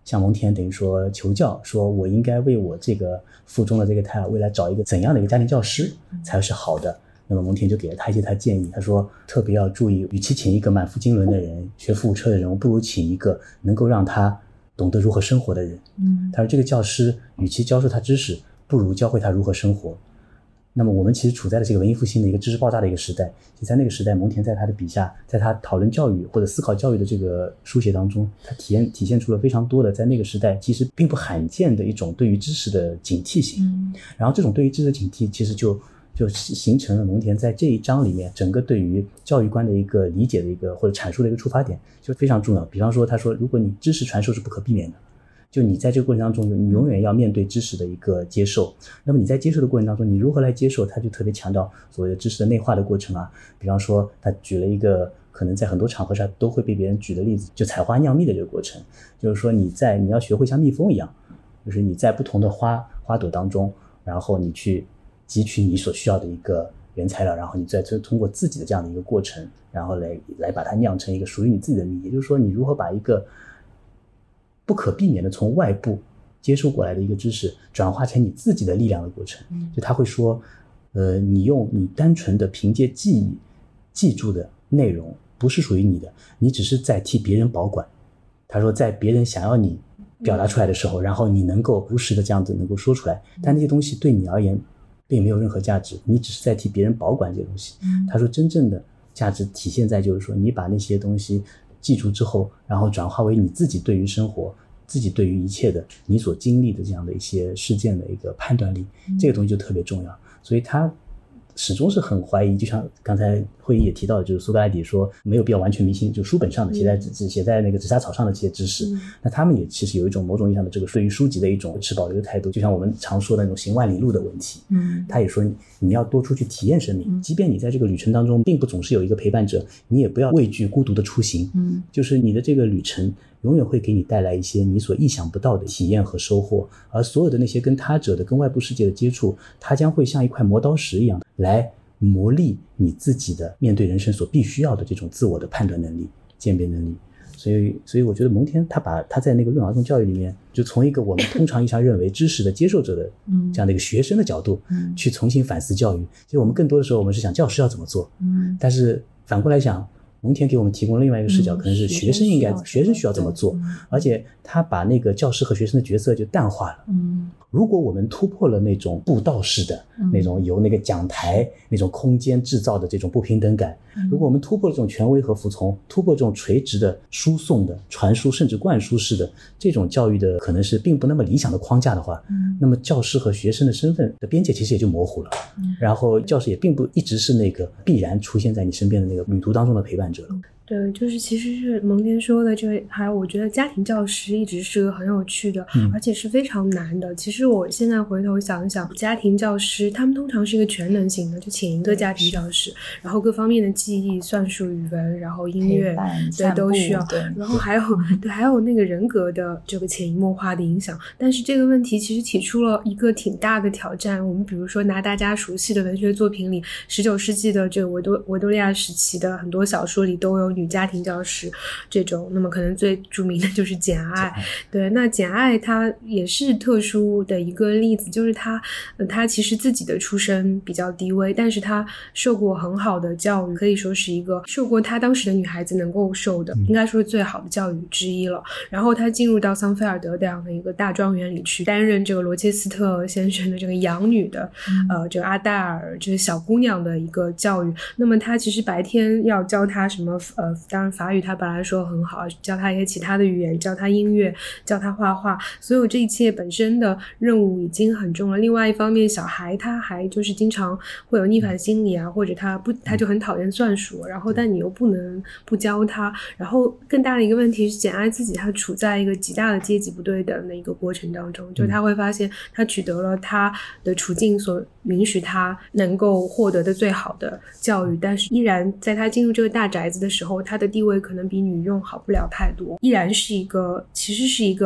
向蒙恬等于说求教，说我应该为我这个腹中的这个胎儿未来找一个怎样的一个家庭教师才是好的。那么蒙恬就给了他一些他建议，他说特别要注意，与其请一个满腹经纶的人，学富五车的人，不如请一个能够让他懂得如何生活的人。嗯，他说这个教师与其教授他知识，不如教会他如何生活。那么我们其实处在的这个文艺复兴的一个知识爆炸的一个时代，其实在那个时代，蒙恬在他的笔下，在他讨论教育或者思考教育的这个书写当中，他体验体现出了非常多的在那个时代其实并不罕见的一种对于知识的警惕性。嗯，然后这种对于知识的警惕其实就就形成了蒙恬在这一章里面整个对于教育观的一个理解的一个或者阐述的一个出发点就非常重要。比方说他说，如果你知识传授是不可避免的，就你在这个过程当中你永远要面对知识的一个接受，那么你在接受的过程当中你如何来接受，他就特别强调所谓的知识的内化的过程啊。比方说他举了一个可能在很多场合上都会被别人举的例子，就采花酿蜜的这个过程，就是说你在你要学会像蜜蜂一样，就是你在不同的花花朵当中，然后你去汲取你所需要的一个原材料，然后你再通过自己的这样的一个过程，然后来来把它酿成一个属于你自己的蜜。也就是说你如何把一个不可避免的从外部接受过来的一个知识转化成你自己的力量的过程。就他会说呃，你用你单纯的凭借记忆记住的内容不是属于你的，你只是在替别人保管。他说在别人想要你表达出来的时候，然后你能够如实的这样子能够说出来，但那些东西对你而言并没有任何价值，你只是在替别人保管这些东西。他说真正的价值体现在就是说你把那些东西记住之后，然后转化为你自己对于生活自己对于一切的你所经历的这样的一些事件的一个判断力，这个东西就特别重要。所以他始终是很怀疑，就像刚才会议也提到的，就是苏格拉底说没有必要完全迷信就书本上的写在纸写在那个纸莎草上的这些知识、嗯、那他们也其实有一种某种意义上的这个对于书籍的一种持保留的态度，就像我们常说的那种行万里路的问题。嗯，他也说你你要多出去体验生命、嗯、即便你在这个旅程当中并不总是有一个陪伴者，你也不要畏惧孤独的出行。嗯，就是你的这个旅程永远会给你带来一些你所意想不到的体验和收获，而所有的那些跟他者的跟外部世界的接触，它将会像一块磨刀石一样来磨砺你自己的面对人生所必须要的这种自我的判断能力鉴别能力。所以所以我觉得蒙恬他把他在那个论儿童教育里面，就从一个我们通常意义上认为知识的接受者的这样的一个学生的角度去重新反思教育。其实我们更多的时候我们是想教师要怎么做，但是反过来想蒙恬给我们提供另外一个视角、嗯、可能是学生应该学生需要怎么做、嗯、而且他把那个教师和学生的角色就淡化了。嗯，如果我们突破了那种布道式的、嗯、那种由那个讲台那种空间制造的这种不平等感、嗯、如果我们突破了这种权威和服从，突破这种垂直的输送的传输甚至灌输式的这种教育的可能是并不那么理想的框架的话、嗯、那么教师和学生的身份的边界其实也就模糊了、嗯、然后教师也并不一直是那个必然出现在你身边的那个旅途当中的陪伴者了。 对，就是其实是蒙恬说的这个，还有我觉得家庭教师一直是个很有趣的、嗯、而且是非常难的。其实我现在回头想一想，家庭教师他们通常是一个全能型的，就请一个家庭教师，然后各方面的技艺、算术、语文，然后音乐，对，都需要。然后还有对，还有那个人格的这个潜移默化的影响。但是这个问题其实提出了一个挺大的挑战。我们比如说拿大家熟悉的文学作品里，十九世纪的这个维多维多利亚时期的很多小说里都有女家庭教师这种，那么可能最著名的就是简爱。对，那简爱她也是特殊的一个例子，就是她、呃、她其实自己的出身比较低微，但是她受过很好的教育，可以说是一个受过她当时的女孩子能够受的、嗯、应该说是最好的教育之一了。然后她进入到桑菲尔德这样的一个大庄园里去担任这个罗切斯特先生的这个养女的、嗯、呃，这个阿黛尔这个小姑娘的一个教育。那么她其实白天要教她什么呃，当然法语她本来说很好，教她一些其他的语言，教她音乐，教她画画，所有这一切本身的任务已经很重了。另外一方面，小孩他还就是经常会有逆反心理啊，或者他不他就很讨厌算术，然后但你又不能不教他。然后更大的一个问题是简爱自己他处在一个极大的阶级不对等的一个过程当中，就他会发现他取得了他的处境所允许他能够获得的最好的教育，但是依然在他进入这个大宅子的时候，他的地位可能比女佣好不了太多，依然是一个其实是一个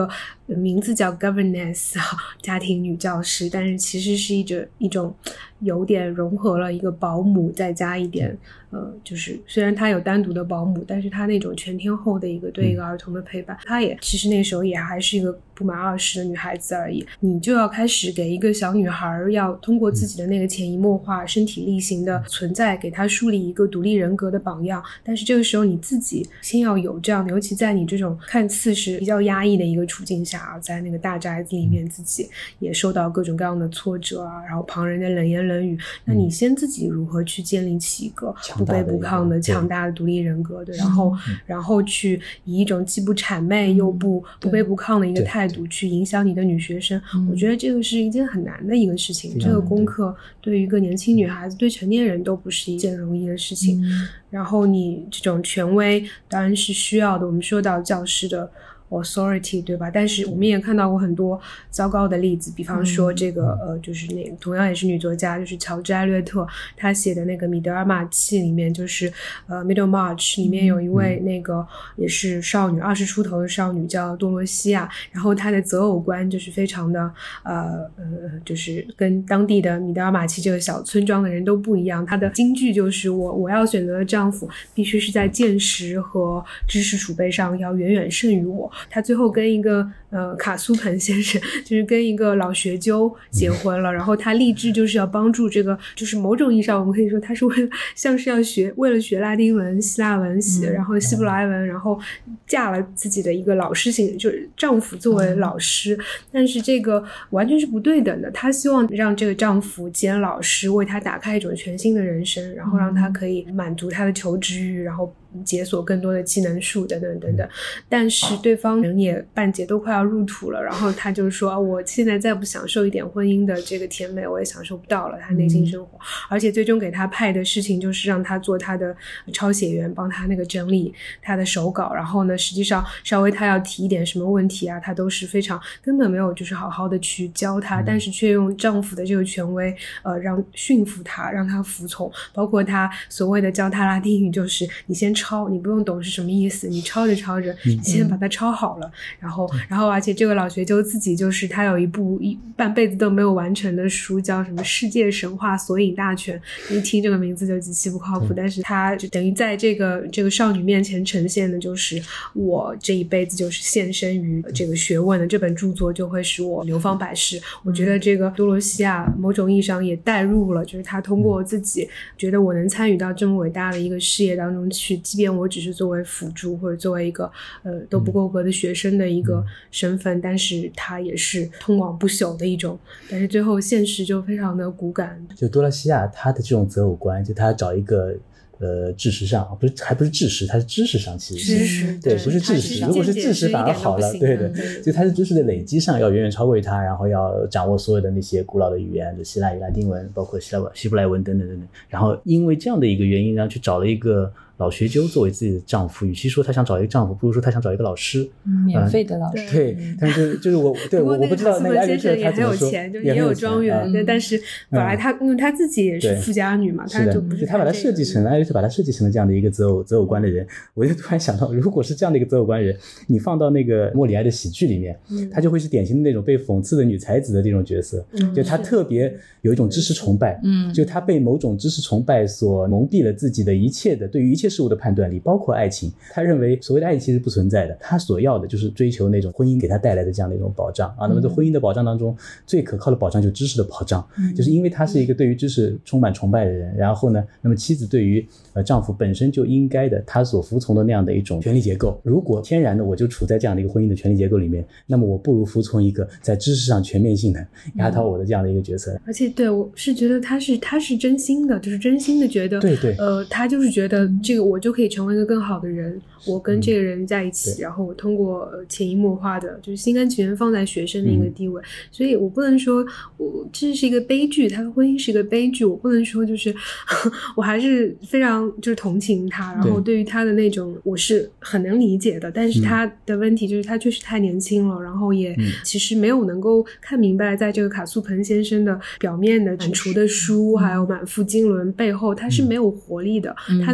名字叫 governess 家庭女教师，但是其实是一种一种有点融合了一个保姆再加一点呃，就是虽然她有单独的保姆，但是她那种全天候的一个对一个儿童的陪伴，她也其实那时候也还是一个不满二十的女孩子而已，你就要开始给一个小女孩要通过自己的那个潜移默化身体力行的存在给她树立一个独立人格的榜样，但是这个时候你自己先要有这样的，尤其在你这种看似是比较压抑的一个处境下，在那个大宅子里面自己也受到各种各样的挫折啊，然后旁人的冷言冷语，那你先自己如何去建立起一个不卑不亢的强大的独立人格，对，然后然后去以一种既不谄媚又不不卑不亢的一个态度去影响你的女学生，我觉得这个是一件很难的一个事情，这个功课对于一个年轻女孩子对成年人都不是一件容易的事情，然后你这种权威当然是需要的，我们说到教师的authority 对吧，但是我们也看到过很多糟糕的例子，比方说这个、嗯、呃，就是那个同样也是女作家，就是乔治艾略特她写的那个米德尔马契里面，就是呃 Middlemarch 里面有一位那个也是少女，二十出头的少女叫多罗西亚，然后她的择偶观就是非常的呃呃，就是跟当地的米德尔马契这个小村庄的人都不一样，她的金句就是我我要选择的丈夫必须是在见识和知识储备上要远远胜于我，他最后跟一个呃卡苏彭先生就是跟一个老学究结婚了，然后他立志就是要帮助这个，就是某种意义上我们可以说他是为了像是要学为了学拉丁文希腊文、嗯、然后希伯来文，然后嫁了自己的一个老师型，就是丈夫作为老师、嗯、但是这个完全是不对等的，他希望让这个丈夫兼老师为他打开一种全新的人生，然后让他可以满足他的求知欲，然后解锁更多的技能树等等等等，但是对方人也半截都快要入土了，然后他就说、啊、我现在再不享受一点婚姻的这个甜美我也享受不到了他内心生活、嗯、而且最终给他派的事情就是让他做他的抄写员，帮他那个整理他的手稿，然后呢实际上稍微他要提一点什么问题啊，他都是非常根本没有就是好好的去教他、嗯、但是却用丈夫的这个权威呃让驯服他，让他服从，包括他所谓的教他拉丁语，就是你先抄，你不用懂是什么意思，你抄着抄着你先把它抄好了、嗯、然后然后而且这个老学究自己就是他有一部一半辈子都没有完成的书叫什么世界神话索引大全，一听这个名字就极其不靠谱、嗯、但是他就等于在这个这个少女面前呈现的就是我这一辈子就是献身于这个学问的，这本著作就会使我流芳百世、嗯、我觉得这个多罗西亚某种意义上也带入了，就是他通过自己觉得我能参与到这么伟大的一个事业当中去，即便我只是作为辅助或者作为一个呃都不够格的学生的一个身份、嗯、但是他也是通往不朽的一种，但是最后现实就非常的骨感。 就多罗西亚他的这种择偶观，就他找一个呃，知识上不是，还不是知识，它是知识上，其实知识对，不是知识。如果是知识反而好了，对对，就它是知识的累积上要远远超过于它，然后要掌握所有的那些古老的语言，希腊语、拉丁文，包括希腊希伯来文等等等等。然后因为这样的一个原因，然后去找了一个老学究作为自己的丈夫，与其说她想找一个丈夫，不如说她想找一个老师， 嗯、免费的老师。 呃、对，但是就是我对我我不知道那个艾略特他怎么说， 也很有钱，就也有庄园，嗯、但是本来他、嗯、因为他自己也是富家女嘛，他就不是他把他设计成了艾略特把他设计成了这样的一个择偶择偶观的人，我就突然想到，如果是这样的一个择偶观人，你放到那个莫里埃的喜剧里面，嗯、他就会是典型的那种被讽刺的女才子的这种角色，嗯、就他特别有一种知识崇拜，嗯，就他被某种知识崇拜所蒙蔽了自己的一切的对于一切事物的判断力。包括爱情，他认为所谓的爱情其实不存在的，他所要的就是追求那种婚姻给他带来的这样的一种保障啊。那么在婚姻的保障当中，最可靠的保障就是知识的保障，嗯、就是因为他是一个对于知识充满崇拜的人，然后呢，那么妻子对于呃丈夫本身就应该的他所服从的那样的一种权力结构，如果天然的我就处在这样的一个婚姻的权力结构里面，那么我不如服从一个在知识上全面性的压倒我的这样的一个角色。嗯、 而且对我是觉得他是他是真心的，就是真心的觉得， 对对， 呃，他就是觉得这个我就可以成为一个更好的人，我跟这个人在一起，嗯、然后我通过潜移默化的就是心甘情愿放在学生的一个地位，嗯、所以我不能说我这是一个悲剧，他的婚姻是一个悲剧，我不能说就是我还是非常就是同情他，然后对于他的那种我是很能理解的，但是他的问题就是他确实太年轻了，然后也其实没有能够看明白在这个卡苏彭先生的表面的满橱的书，嗯、还有满腹经纶背后他是没有活力的，嗯、他的那种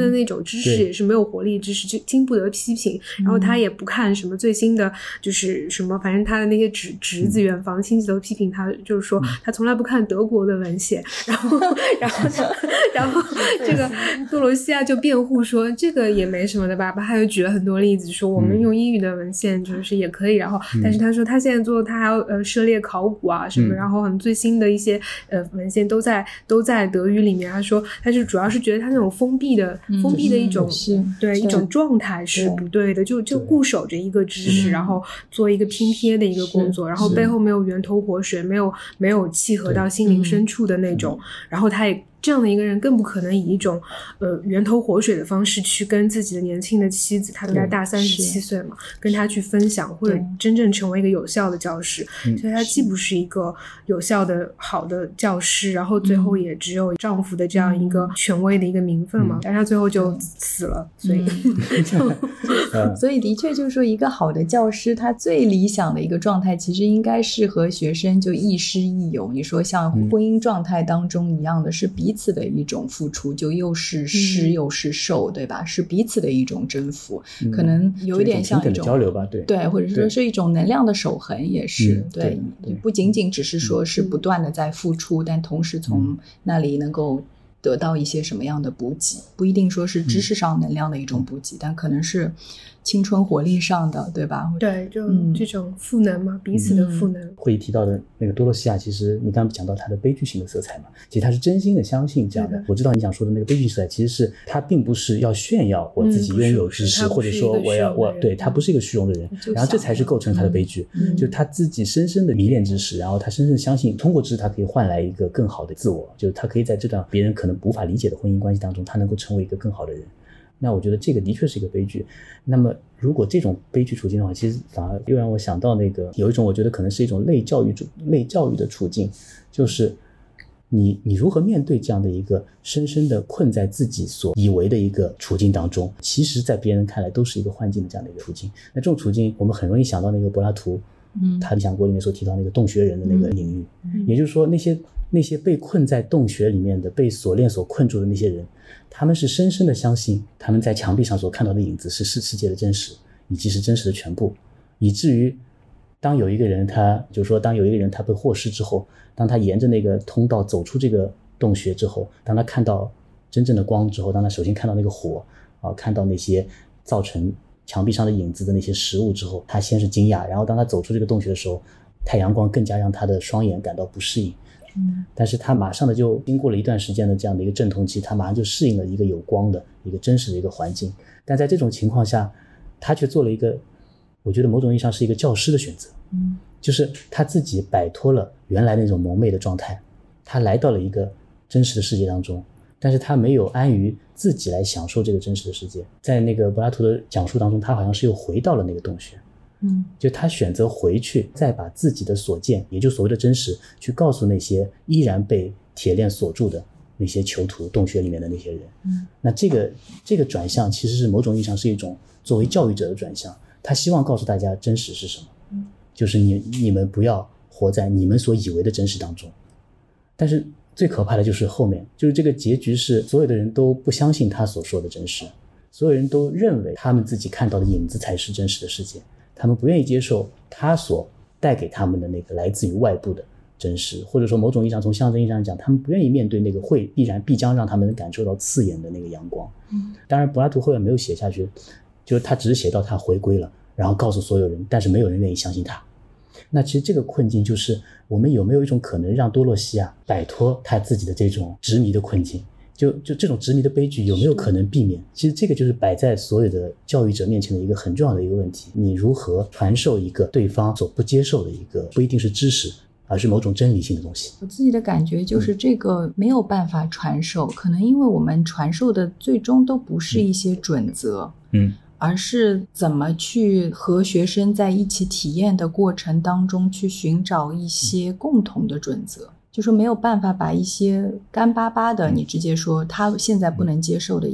知识也是没有活力知识，就经不得批评，然后他也不看什么最新的就是什么，反正他的那些侄侄子远房亲戚都批评他，就是说他从来不看德国的文献，然后然后然后这个多罗西亚就辩护说这个也没什么的吧，他又举了很多例子说我们用英语的文献就是也可以，然后但是他说他现在做他还要呃涉猎考古啊什么，然后很最新的一些呃文献都在都在德语里面，他说他是主要是觉得他那种封闭的、嗯、封闭的一种、嗯、对一种状态是不对的，就就固守着一个知识，然后做一个拼贴的一个工作，然后背后没有源头活水，没有没有契合到心灵深处的那种，然后他也这样的一个人更不可能以一种呃源头活水的方式去跟自己的年轻的妻子，他比他大三十七岁嘛，跟他去分享或者真正成为一个有效的教师，所以他既不是一个有效的好的教师，然后最后也只有丈夫的这样一个权威的一个名分嘛，嗯、但他最后就死了，所以、 嗯、所以的确就是说一个好的教师他最理想的一个状态其实应该是和学生就亦师亦友，你说像婚姻状态当中一样的是彼此的一种付出，就又是施又是受、嗯、对吧，是彼此的一种征服、嗯、可能有一点像一种交流吧，对对，或者说是一种能量的守恒也是、嗯、对, 对, 对，不仅仅只是说是不断的在付出、嗯、但同时从那里能够得到一些什么样的补给，不一定说是知识上能量的一种补给、嗯、但可能是青春活力上的，对吧？ 对，就这种赋能嘛、嗯、彼此的赋能。 会议提到的那个多罗西亚，其实你刚刚讲到他的悲剧性的色彩嘛，其实他是真心的相信这样的。我知道你想说的那个悲剧色彩，其实是他并不是要炫耀我自己拥有知识、嗯、或者说我要我对他不是一个虚荣的人，然后这才是构成他的悲剧、嗯、就是他自己深深的迷恋知识，然后他深深相信通过知识他可以换来一个更好的自我，就是他可以在这段别人可能无法理解的婚姻关系当中，他能够成为一个更好的人。那我觉得这个的确是一个悲剧。那么如果这种悲剧处境的话，其实反而又让我想到那个有一种我觉得可能是一种类教育类教育的处境，就是你你如何面对这样的一个深深的困在自己所以为的一个处境当中，其实在别人看来都是一个幻境的这样的一个处境。那这种处境我们很容易想到那个柏拉图嗯，他理想国里面所提到那个洞穴人的那个领域、嗯、也就是说那些那些被困在洞穴里面的被锁链所困住的那些人，他们是深深的相信他们在墙壁上所看到的影子是世界的真实，以及是真实的全部，以至于当有一个人他就是说当有一个人他被获释之后，当他沿着那个通道走出这个洞穴之后，当他看到真正的光之后，当他首先看到那个火啊，看到那些造成墙壁上的影子的那些食物之后，他先是惊讶，然后当他走出这个洞穴的时候，太阳光更加让他的双眼感到不适应。嗯，但是他马上的就经过了一段时间的这样的一个阵痛期，他马上就适应了一个有光的一个真实的一个环境。但在这种情况下，他却做了一个我觉得某种意义上是一个教师的选择，嗯，就是他自己摆脱了原来那种蒙昧的状态，他来到了一个真实的世界当中，但是他没有安于自己来享受这个真实的世界。在那个柏拉图的讲述当中，他好像是又回到了那个洞穴，嗯，就他选择回去，再把自己的所见，也就所谓的真实，去告诉那些依然被铁链锁住的那些囚徒，洞穴里面的那些人。嗯，那这个这个转向其实是某种意义上是一种作为教育者的转向，他希望告诉大家真实是什么，嗯，就是你你们不要活在你们所以为的真实当中。但是最可怕的就是后面，就是这个结局是所有的人都不相信他所说的真实，所有人都认为他们自己看到的影子才是真实的世界，他们不愿意接受他所带给他们的那个来自于外部的真实，或者说某种意义上从象征意义上讲，他们不愿意面对那个会必然必将让他们感受到刺眼的那个阳光。嗯，当然柏拉图后面没有写下去，就是他只是写到他回归了，然后告诉所有人，但是没有人愿意相信他。那其实这个困境就是我们有没有一种可能让多洛西亚摆脱他自己的这种执迷的困境，就就这种执迷的悲剧有没有可能避免？其实这个就是摆在所有的教育者面前的一个很重要的一个问题，你如何传授一个对方所不接受的一个不一定是知识而是某种真理性的东西。 我自己的感觉就是这个没有办法传授、嗯、可能因为我们传授的最终都不是一些准则，嗯，而是怎么去和学生在一起体验的过程当中去寻找一些共同的准则，就是没有办法把一些干巴巴的你直接说他现在不能接受的一个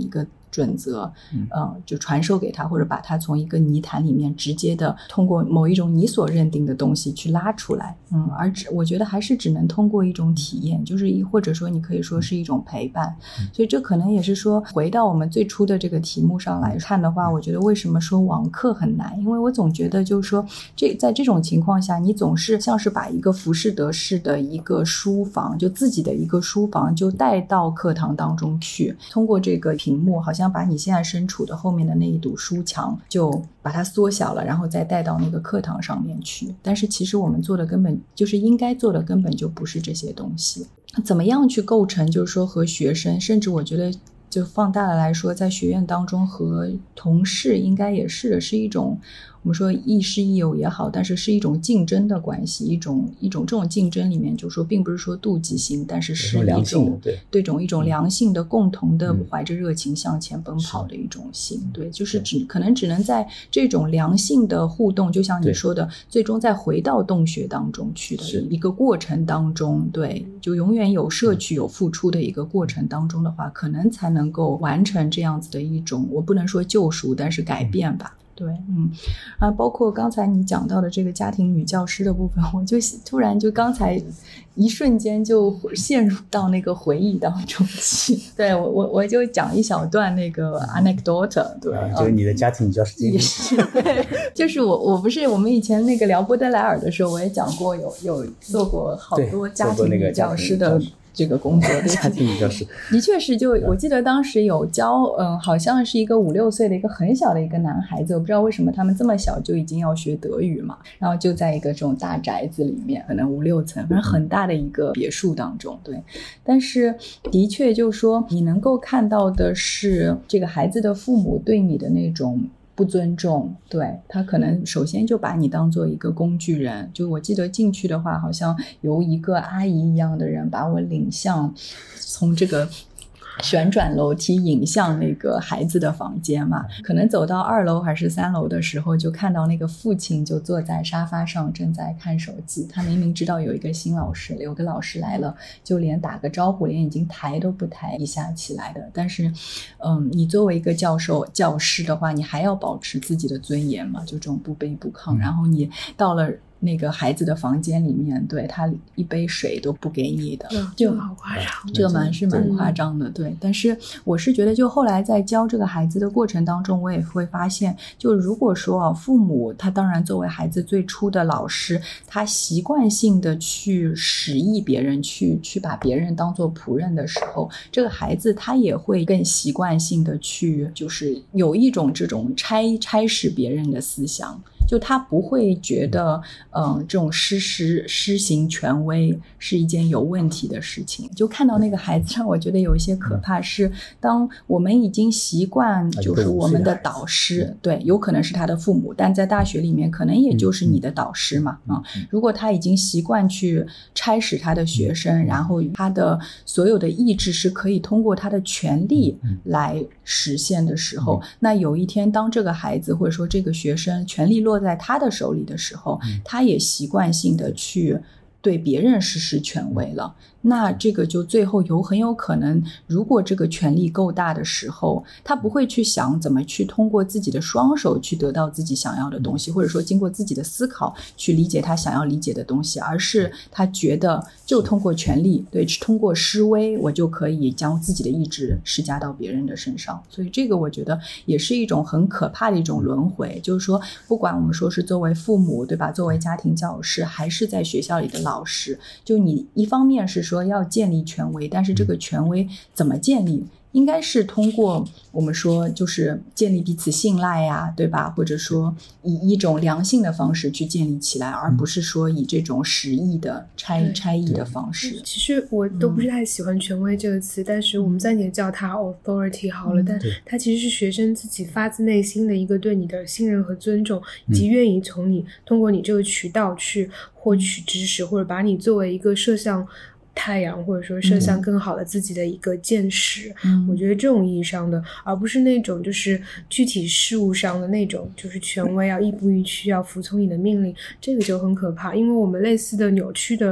准则，嗯、呃，就传授给他，或者把他从一个泥潭里面直接的通过某一种你所认定的东西去拉出来，嗯，而只我觉得还是只能通过一种体验，就是一或者说你可以说是一种陪伴，所以这可能也是说回到我们最初的这个题目上来看的话，我觉得为什么说网课很难，因为我总觉得就是说这在这种情况下，你总是像是把一个浮士德式的一个书房，就自己的一个书房就带到课堂当中去，通过这个屏幕好像把你现在身处的后面的那一堵书墙就把它缩小了，然后再带到那个课堂上面去，但是其实我们做的根本就是应该做的根本就不是这些东西。怎么样去构成就是说和学生，甚至我觉得就放大了来说，在学院当中和同事应该也是的，是一种我们说亦师亦友也好，但是是一种竞争的关系，一种一种这种竞争里面就是说并不是说妒忌心，但是是一种对对种一种良性的共同的怀着热情向前奔跑的一种心，嗯、对，就是只可能只能在这种良性的互动，就像你说的，最终再回到洞穴当中去的一个过程当中，对，就永远有摄取有付出的一个过程当中的话，可能才能够完成这样子的一种，我不能说救赎，但是改变吧。嗯对，嗯，啊，包括刚才你讲到的这个家庭女教师的部分，我就突然就刚才一瞬间就陷入到那个回忆当中去。对，我我我就讲一小段那个 anecdote， 对， 啊、就是你的家庭女教师经历。 对，就是我我不是我们以前那个聊波德莱尔的时候，我也讲过有有做过好多家庭女教师的。这个工作的家庭女教师的确是，就我记得当时有教，嗯，好像是一个五六岁的一个很小的一个男孩子，我不知道为什么他们这么小就已经要学德语嘛，然后就在一个这种大宅子里面，可能五六层，反正很大的一个别墅当中，对。但是的确就是说，你能够看到的是这个孩子的父母对你的那种不尊重，对，他可能首先就把你当做一个工具人，就我记得进去的话好像由一个阿姨一样的人把我领向从这个旋转楼梯引向那个孩子的房间嘛，可能走到二楼还是三楼的时候，就看到那个父亲就坐在沙发上正在看手机，他明明知道有一个新老师，有个老师来了，就连打个招呼连眼睛抬都不抬一下起来的，但是嗯，你作为一个教授教师的话，你还要保持自己的尊严嘛，就这种不卑不亢，然后你到了那个孩子的房间里面，对，他一杯水都不给你的， 就好夸张， 这个蛮是蛮夸张的，对。但是我是觉得，就后来在教这个孩子的过程当中，我也会发现，就如果说啊，父母他当然作为孩子最初的老师，他习惯性的去使役别人，去去把别人当做仆人的时候，这个孩子他也会更习惯性的去，就是有一种这种差差使别人的思想。就他不会觉得嗯、呃，这种施施施行权威是一件有问题的事情。就看到那个孩子让我觉得有一些可怕，是当我们已经习惯就是我们的导师，对，有可能是他的父母，但在大学里面可能也就是你的导师嘛啊、嗯。如果他已经习惯去差使他的学生，然后他的所有的意志是可以通过他的权力来实现的时候，那有一天当这个孩子或者说这个学生权力落在他的手里的时候，他也习惯性的去对别人实施权威了，那这个就最后有很有可能，如果这个权力够大的时候，他不会去想怎么去通过自己的双手去得到自己想要的东西，或者说经过自己的思考去理解他想要理解的东西，而是他觉得就通过权力，对，通过施威，我就可以将自己的意志施加到别人的身上。所以这个我觉得也是一种很可怕的一种轮回，就是说不管我们说是作为父母，对吧，作为家庭教师，还是在学校里的老师，就你一方面是说要建立权威，但是这个权威怎么建立，应该是通过我们说就是建立彼此信赖呀、啊，对吧，或者说以一种良性的方式去建立起来，而不是说以这种实意的差差异的方式。 其实我都不是太喜欢权威这个词、嗯、但是我们暂且叫它 authority 好了、嗯、但它其实是学生自己发自内心的一个对你的信任和尊重，以及愿意从你通过你这个渠道去获取知识，或者把你作为一个射向太阳，或者说射向更好的自己的一个见识、嗯、我觉得这种意义上的，而不是那种就是具体事物上的那种就是权威要亦步亦趋要服从你的命令，这个就很可怕。因为我们类似的扭曲的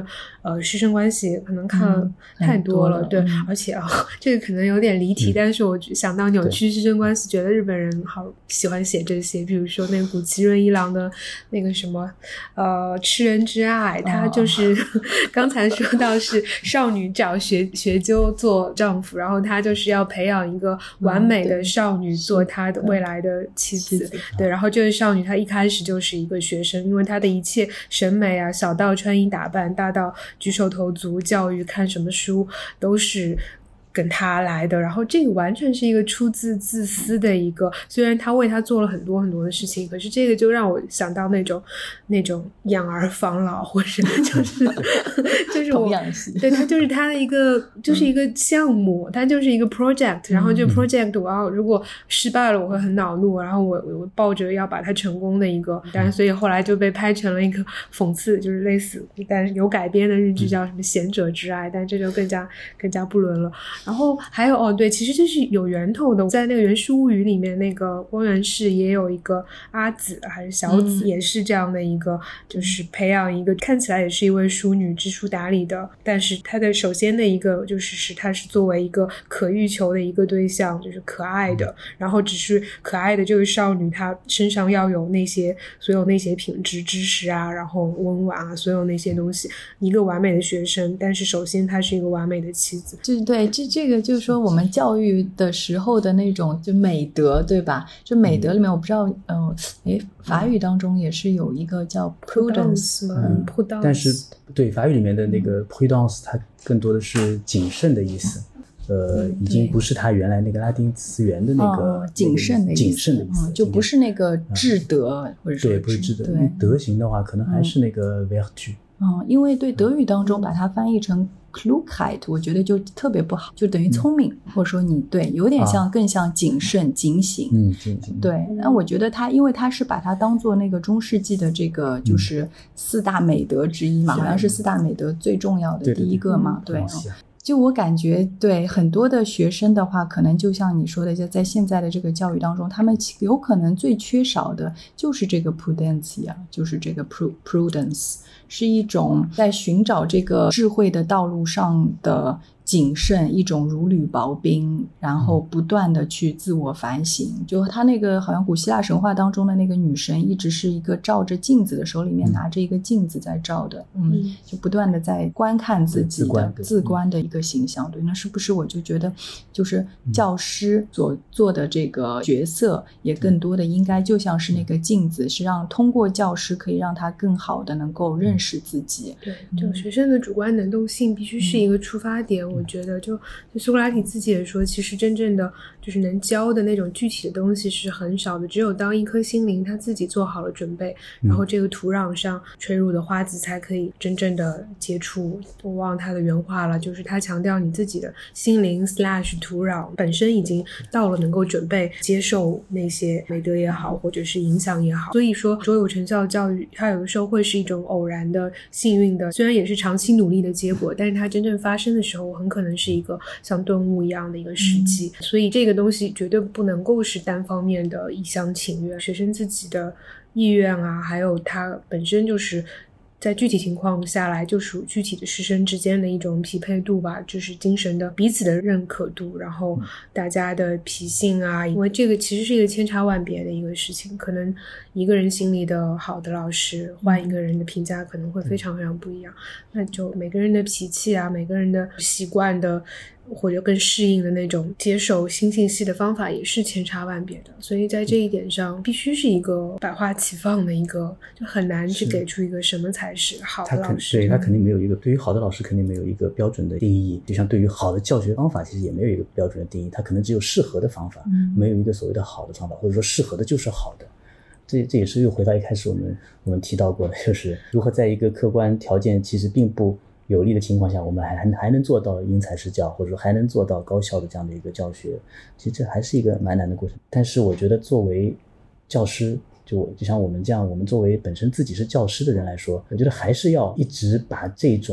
呃师生关系可能看了太多了， 嗯、 对、 嗯， 而且啊、哦、这个可能有点离题、嗯、但是我想到扭曲师生关系，觉得日本人好喜欢写这些，比如说那个谷崎润一郎的那个什么呃吃人之爱，他就是、哦、刚才说到是少女找学学究做丈夫，然后他就是要培养一个完美的少女做他的未来的妻子、嗯、对, 对，然后这个少女她一开始就是一个学生，因为她的一切审美啊，小到穿衣打扮，大到举手投足教育看什么书都是跟他来的，然后这个完全是一个出自自私的一个，虽然他为他做了很多很多的事情，可是这个就让我想到那种那种养儿防老，或者就是就是我对他就是他的一个就是一个项目，他就是一个 project， 然后这个 project 我要如果失败了我会很恼怒，然后我我抱着要把它成功的一个，但是所以后来就被拍成了一个讽刺，就是类似但是有改编的日剧叫什么贤者之爱，但这就更加更加不伦了。然后还有哦，对，其实这是有源头的，在那个《源氏物语》里面，那个光源氏也有一个阿紫还是小紫、嗯，也是这样的一个，就是培养一个看起来也是一位淑女知书达理的，但是她的首先的一个就是是她是作为一个可欲求的一个对象，就是可爱的，然后只是可爱的这个少女，她身上要有那些所有那些品质，知识啊，然后温婉啊，所有那些东西，一个完美的学生，但是首先她是一个完美的妻子， 就对这。这个就是说我们教育的时候的那种就美德，对吧？就美德里面我不知道呃诶法语当中也是有一个叫 prudence 吗、嗯、prudence 但是对法语里面的那个 prudence 它更多的是谨慎的意思，呃，已经不是它原来那个拉丁词源的那个、 哦、谨慎的意思， 谨慎的意思、 嗯、就不是那个智德、嗯、或者说对，不是智德，德行的话可能还是那个 virtue。 嗯，因为对德语当中把它翻译成klugheit 我觉得就特别不好，就等于聪明、嗯、或者说你对有点像、啊、更像谨慎警醒， 嗯，警醒， 对。那我觉得他因为他是把它当做那个中世纪的这个就是四大美德之一嘛、嗯、好像是四大美德最重要的第一个嘛， 对, 对, 对, 对、嗯、就我感觉对很多的学生的话可能就像你说的，就在现在的这个教育当中他们有可能最缺少的就是这个 prudencia， 就是这个 prudence，是一种在寻找这个智慧的道路上的谨慎，一种如履薄冰，然后不断的去自我反省。就他那个好像古希腊神话当中的那个女神一直是一个照着镜子的，手里面拿着一个镜子在照的，嗯，嗯就不断的在观看自己的自 观, 自观的一个形象。对，那是不是我就觉得就是教师所做的这个角色也更多的应该就像是那个镜子，是让通过教师可以让他更好的能够认识自己。 对，就学生的主观能动性必须是一个出发点、嗯、我觉得就就苏格拉底自己也说，其实真正的就是能教的那种具体的东西是很少的，只有当一颗心灵他自己做好了准备、嗯、然后这个土壤上吹入的花籽才可以真正的结出。我忘了他的原话了，就是他强调你自己的心灵 slash 土壤本身已经到了能够准备接受那些美德也好或者是影响也好。所以说卓有成效教育它有的时候会是一种偶然的幸运的，虽然也是长期努力的结果，但是它真正发生的时候很可能是一个像顿悟一样的一个时机、嗯、所以这个东西绝对不能够是单方面的一厢情愿，学生自己的意愿啊，还有他本身就是在具体情况下来就属具体的师生之间的一种匹配度吧，就是精神的彼此的认可度，然后大家的脾性啊，因为这个其实是一个千差万别的一个事情，可能一个人心里的好的老师换一个人的评价可能会非常非常不一样，那就每个人的脾气啊，每个人的习惯的或者更适应的那种接受新信息的方法也是千差万别的，所以在这一点上必须是一个百花齐放的一个，就很难去给出一个什么才是好的老师。 对，他肯定没有一个，对于好的老师肯定没有一个标准的定义，就像对于好的教学方法其实也没有一个标准的定义，他可能只有适合的方法、嗯、没有一个所谓的好的方法，或者说适合的就是好的。这这也是又回到一开始我们我们提到过的，就是如何在一个客观条件其实并不有利的情况下，我们还还能做到因材施教，或者说还能做到高效的这样的一个教学，其实这还是一个蛮难的过程。但是我觉得作为教师，就就像我们这样，我们作为本身自己是教师的人来说，我觉得还是要一直把这种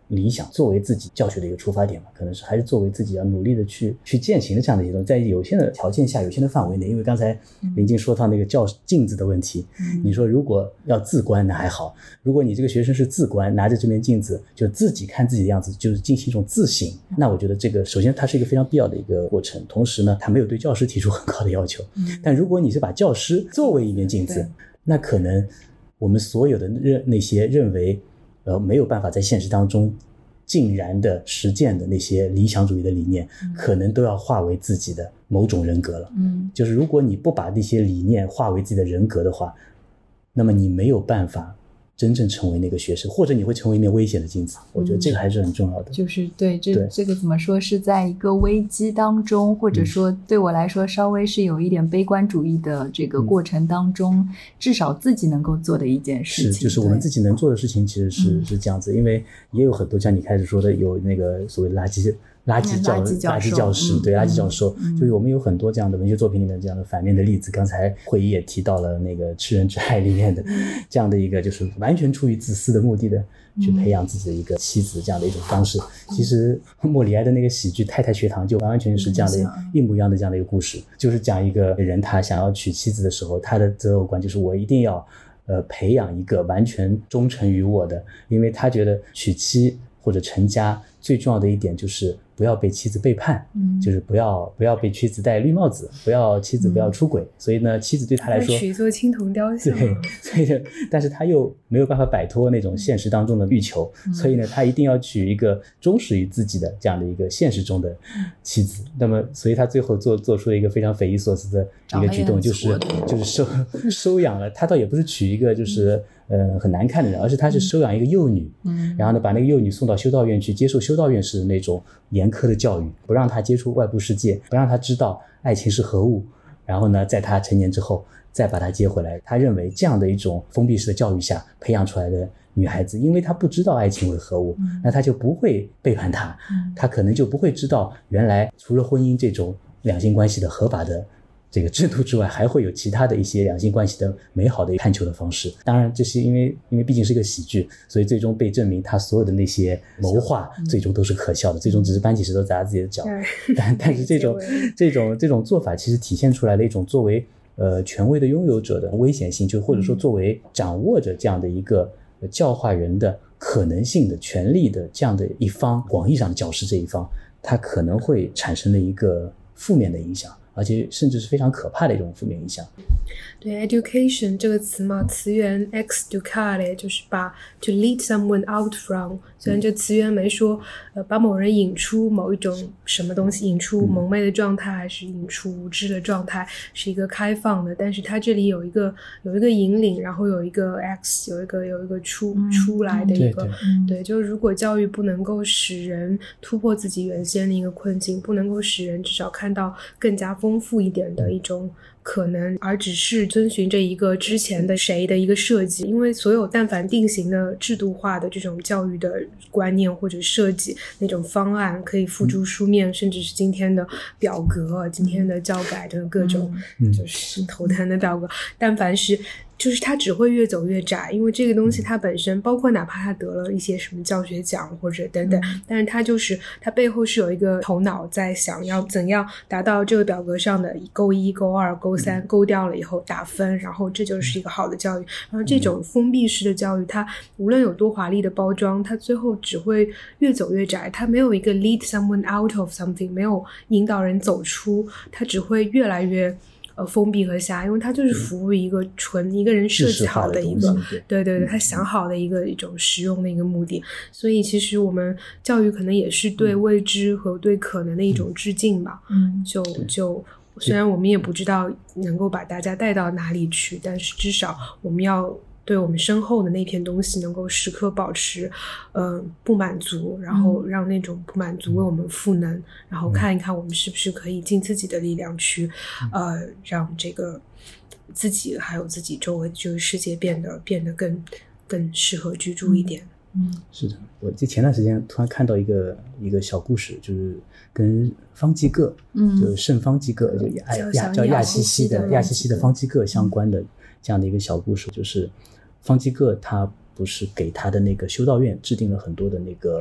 理想作为自己教学的一个出发点嘛，可能是还是作为自己要努力的去去践行的这样的一种，在有限的条件下有限的范围内。因为刚才林静说到那个教镜子的问题、嗯、你说如果要自观那还好，如果你这个学生是自观，拿着这面镜子就自己看自己的样子，就是进行一种自省，那我觉得这个首先它是一个非常必要的一个过程，同时呢它没有对教师提出很高的要求、嗯、但如果你是把教师作为一面镜子，那可能我们所有的那些认为呃，没有办法在现实当中竟然的实践的那些理想主义的理念、嗯、可能都要化为自己的某种人格了。嗯，就是如果你不把那些理念化为自己的人格的话，那么你没有办法真正成为那个学生，或者你会成为一面危险的镜子。我觉得这个还是很重要的。 嗯、就是对这对这个怎么说，是在一个危机当中，或者说对我来说稍微是有一点悲观主义的这个过程当中、嗯、至少自己能够做的一件事情。 是，就是我们自己能做的事情其实是、嗯、是这样子。因为也有很多像你开始说的有那个所谓垃圾垃圾教、嗯、垃圾教师、嗯、对、嗯、垃圾教授、嗯、就是我们有很多这样的文学作品里面这样的反面的例子。刚才会议也提到了那个《吃人之爱》里面的这样的一个就是完全出于自私的目的的去培养自己的一个妻子这样的一种方式、嗯、其实莫里埃的那个喜剧《太太学堂》就完完全全是这样的、嗯、一模一样的这样的一个故事，就是讲一个人他想要娶妻子的时候，他的择偶观就是我一定要呃培养一个完全忠诚于我的，因为他觉得娶妻或者成家最重要的一点就是不要被妻子背叛、嗯、就是不要不要被妻子戴绿帽子，不要妻子不要出轨、嗯、所以呢妻子对他来说娶一座青铜雕像， 对，所以但是他又没有办法摆脱那种现实当中的欲求、嗯、所以呢他一定要娶一个忠实于自己的这样的一个现实中的妻子、嗯、那么所以他最后做做出了一个非常匪夷所思的一个举动，就是就是收收养了他，倒也不是娶一个就是呃很难看的人，而是他是收养一个幼女、嗯、然后呢把那个幼女送到修道院去接受修道院式的那种严苛的教育，不让他接触外部世界，不让他知道爱情是何物，然后呢在他成年之后再把他接回来。他认为这样的一种封闭式的教育下培养出来的女孩子，因为她不知道爱情为何物、嗯、那她就不会背叛他、嗯、她可能就不会知道原来除了婚姻这种两性关系的合法的这个制度之外，还会有其他的一些两性关系的美好的看球的方式。当然这是因为因为毕竟是一个喜剧，所以最终被证明他所有的那些谋划最终都是可笑的、嗯、最终只是搬起石头砸自己的脚、嗯、但但是这种这种这种做法其实体现出来了一种作为呃权威的拥有者的危险性，就或者说作为掌握着这样的一个教化人的可能性的权利的这样的一方，广义上的教师这一方，他可能会产生了一个负面的影响，而且甚至是非常可怕的一种负面影响。 对 education 这个词嘛，词源 exducare 就是把 to lead someone out from， 虽然这词源没说呃把某人引出某一种什么东西，引出蒙昧的状态还是引出无知的状态，是一个开放的，但是它这里有一个有一个引领，然后有一个 x 有一个有一个出、嗯、出来的一个、嗯、对, 对，就是如果教育不能够使人突破自己原先的一个困境，不能够使人至少看到更加丰富一点的一种可能，而只是遵循着一个之前的谁的一个设计。因为所有但凡定型的制度化的这种教育的观念或者设计，那种方案可以付诸书面、嗯、甚至是今天的表格、今天的教改的各种、嗯、就是头疼的表格，但凡是就是它只会越走越窄，因为这个东西它本身包括哪怕它得了一些什么教学奖或者等等、嗯、但是它就是它背后是有一个头脑在想要怎样达到这个表格上的勾一勾二勾三、嗯、勾掉了以后打分，然后这就是一个好的教育。然后这种封闭式的教育，它无论有多华丽的包装，它最后只会越走越窄，它没有一个 lead someone out of something， 没有引导人走出，它只会越来越呃，封闭和狭，因为它就是服务一个纯一个人设计好的一个，对对对，他想好的一个一种实用的一个目的。所以其实我们教育可能也是对未知和对可能的一种致敬吧。嗯，就就虽然我们也不知道能够把大家带到哪里去，但是至少我们要对我们身后的那片东西能够时刻保持呃不满足，然后让那种不满足为我们赋能、嗯、然后看一看我们是不是可以尽自己的力量去、嗯、呃让这个自己还有自己周围这个世界变得变得更更适合居住一点。 嗯，是的，我这前段时间突然看到一个一个小故事，就是跟方济各，嗯，就是圣方济各，就亚亚叫亚西西的亚西西的方济各相关的这样的一个小故事，就是方济各他不是给他的那个修道院制定了很多的那个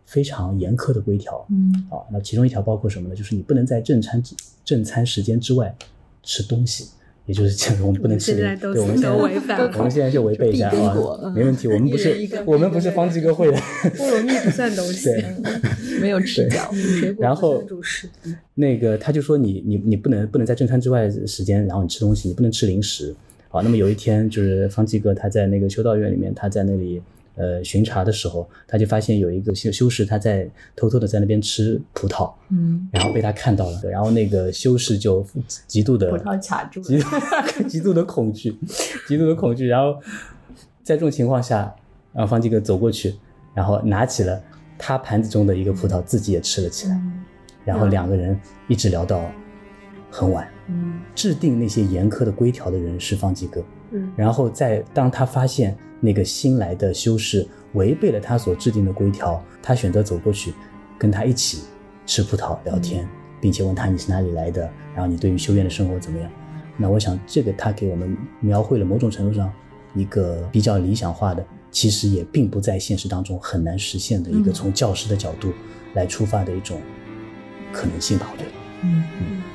非常严苛的规条。 嗯啊，那其中一条包括什么呢？就是你不能在正餐正餐时间之外吃东西。也就是这个，我们不能吃零，对，我们现在违反了， 我们现在就违背一下啊，没问题，我们不是我们不是方济各会的， 菠萝蜜不算东西， 没有吃饺， 然后那个他就说你你你不能不能在正餐之外的时间，然后你吃东西，你不能吃零食。好，那么有一天就是方济各他在那个修道院里面，他在那里呃巡查的时候，他就发现有一个修修士他在偷偷的在那边吃葡萄， 嗯， 然后被他看到了，然后那个修士就极度的葡萄卡住了， 极度极度的恐惧，极度的恐惧，然后在这种情况下，然后方济各走过去，然后拿起了他盘子中的一个葡萄，自己也吃了起来， 嗯、 然后两个人一直聊到很晚。 嗯， 制定那些严苛的规条的人是方济各， 嗯， 然后在当他发现那个新来的修士违背了他所制定的规条，他选择走过去跟他一起吃葡萄聊天、嗯、并且问他你是哪里来的，然后你对于修院的生活怎么样。那我想这个他给我们描绘了某种程度上一个比较理想化的，其实也并不在现实当中很难实现的一个从教师的角度来出发的一种可能性吧，我觉得。 嗯嗯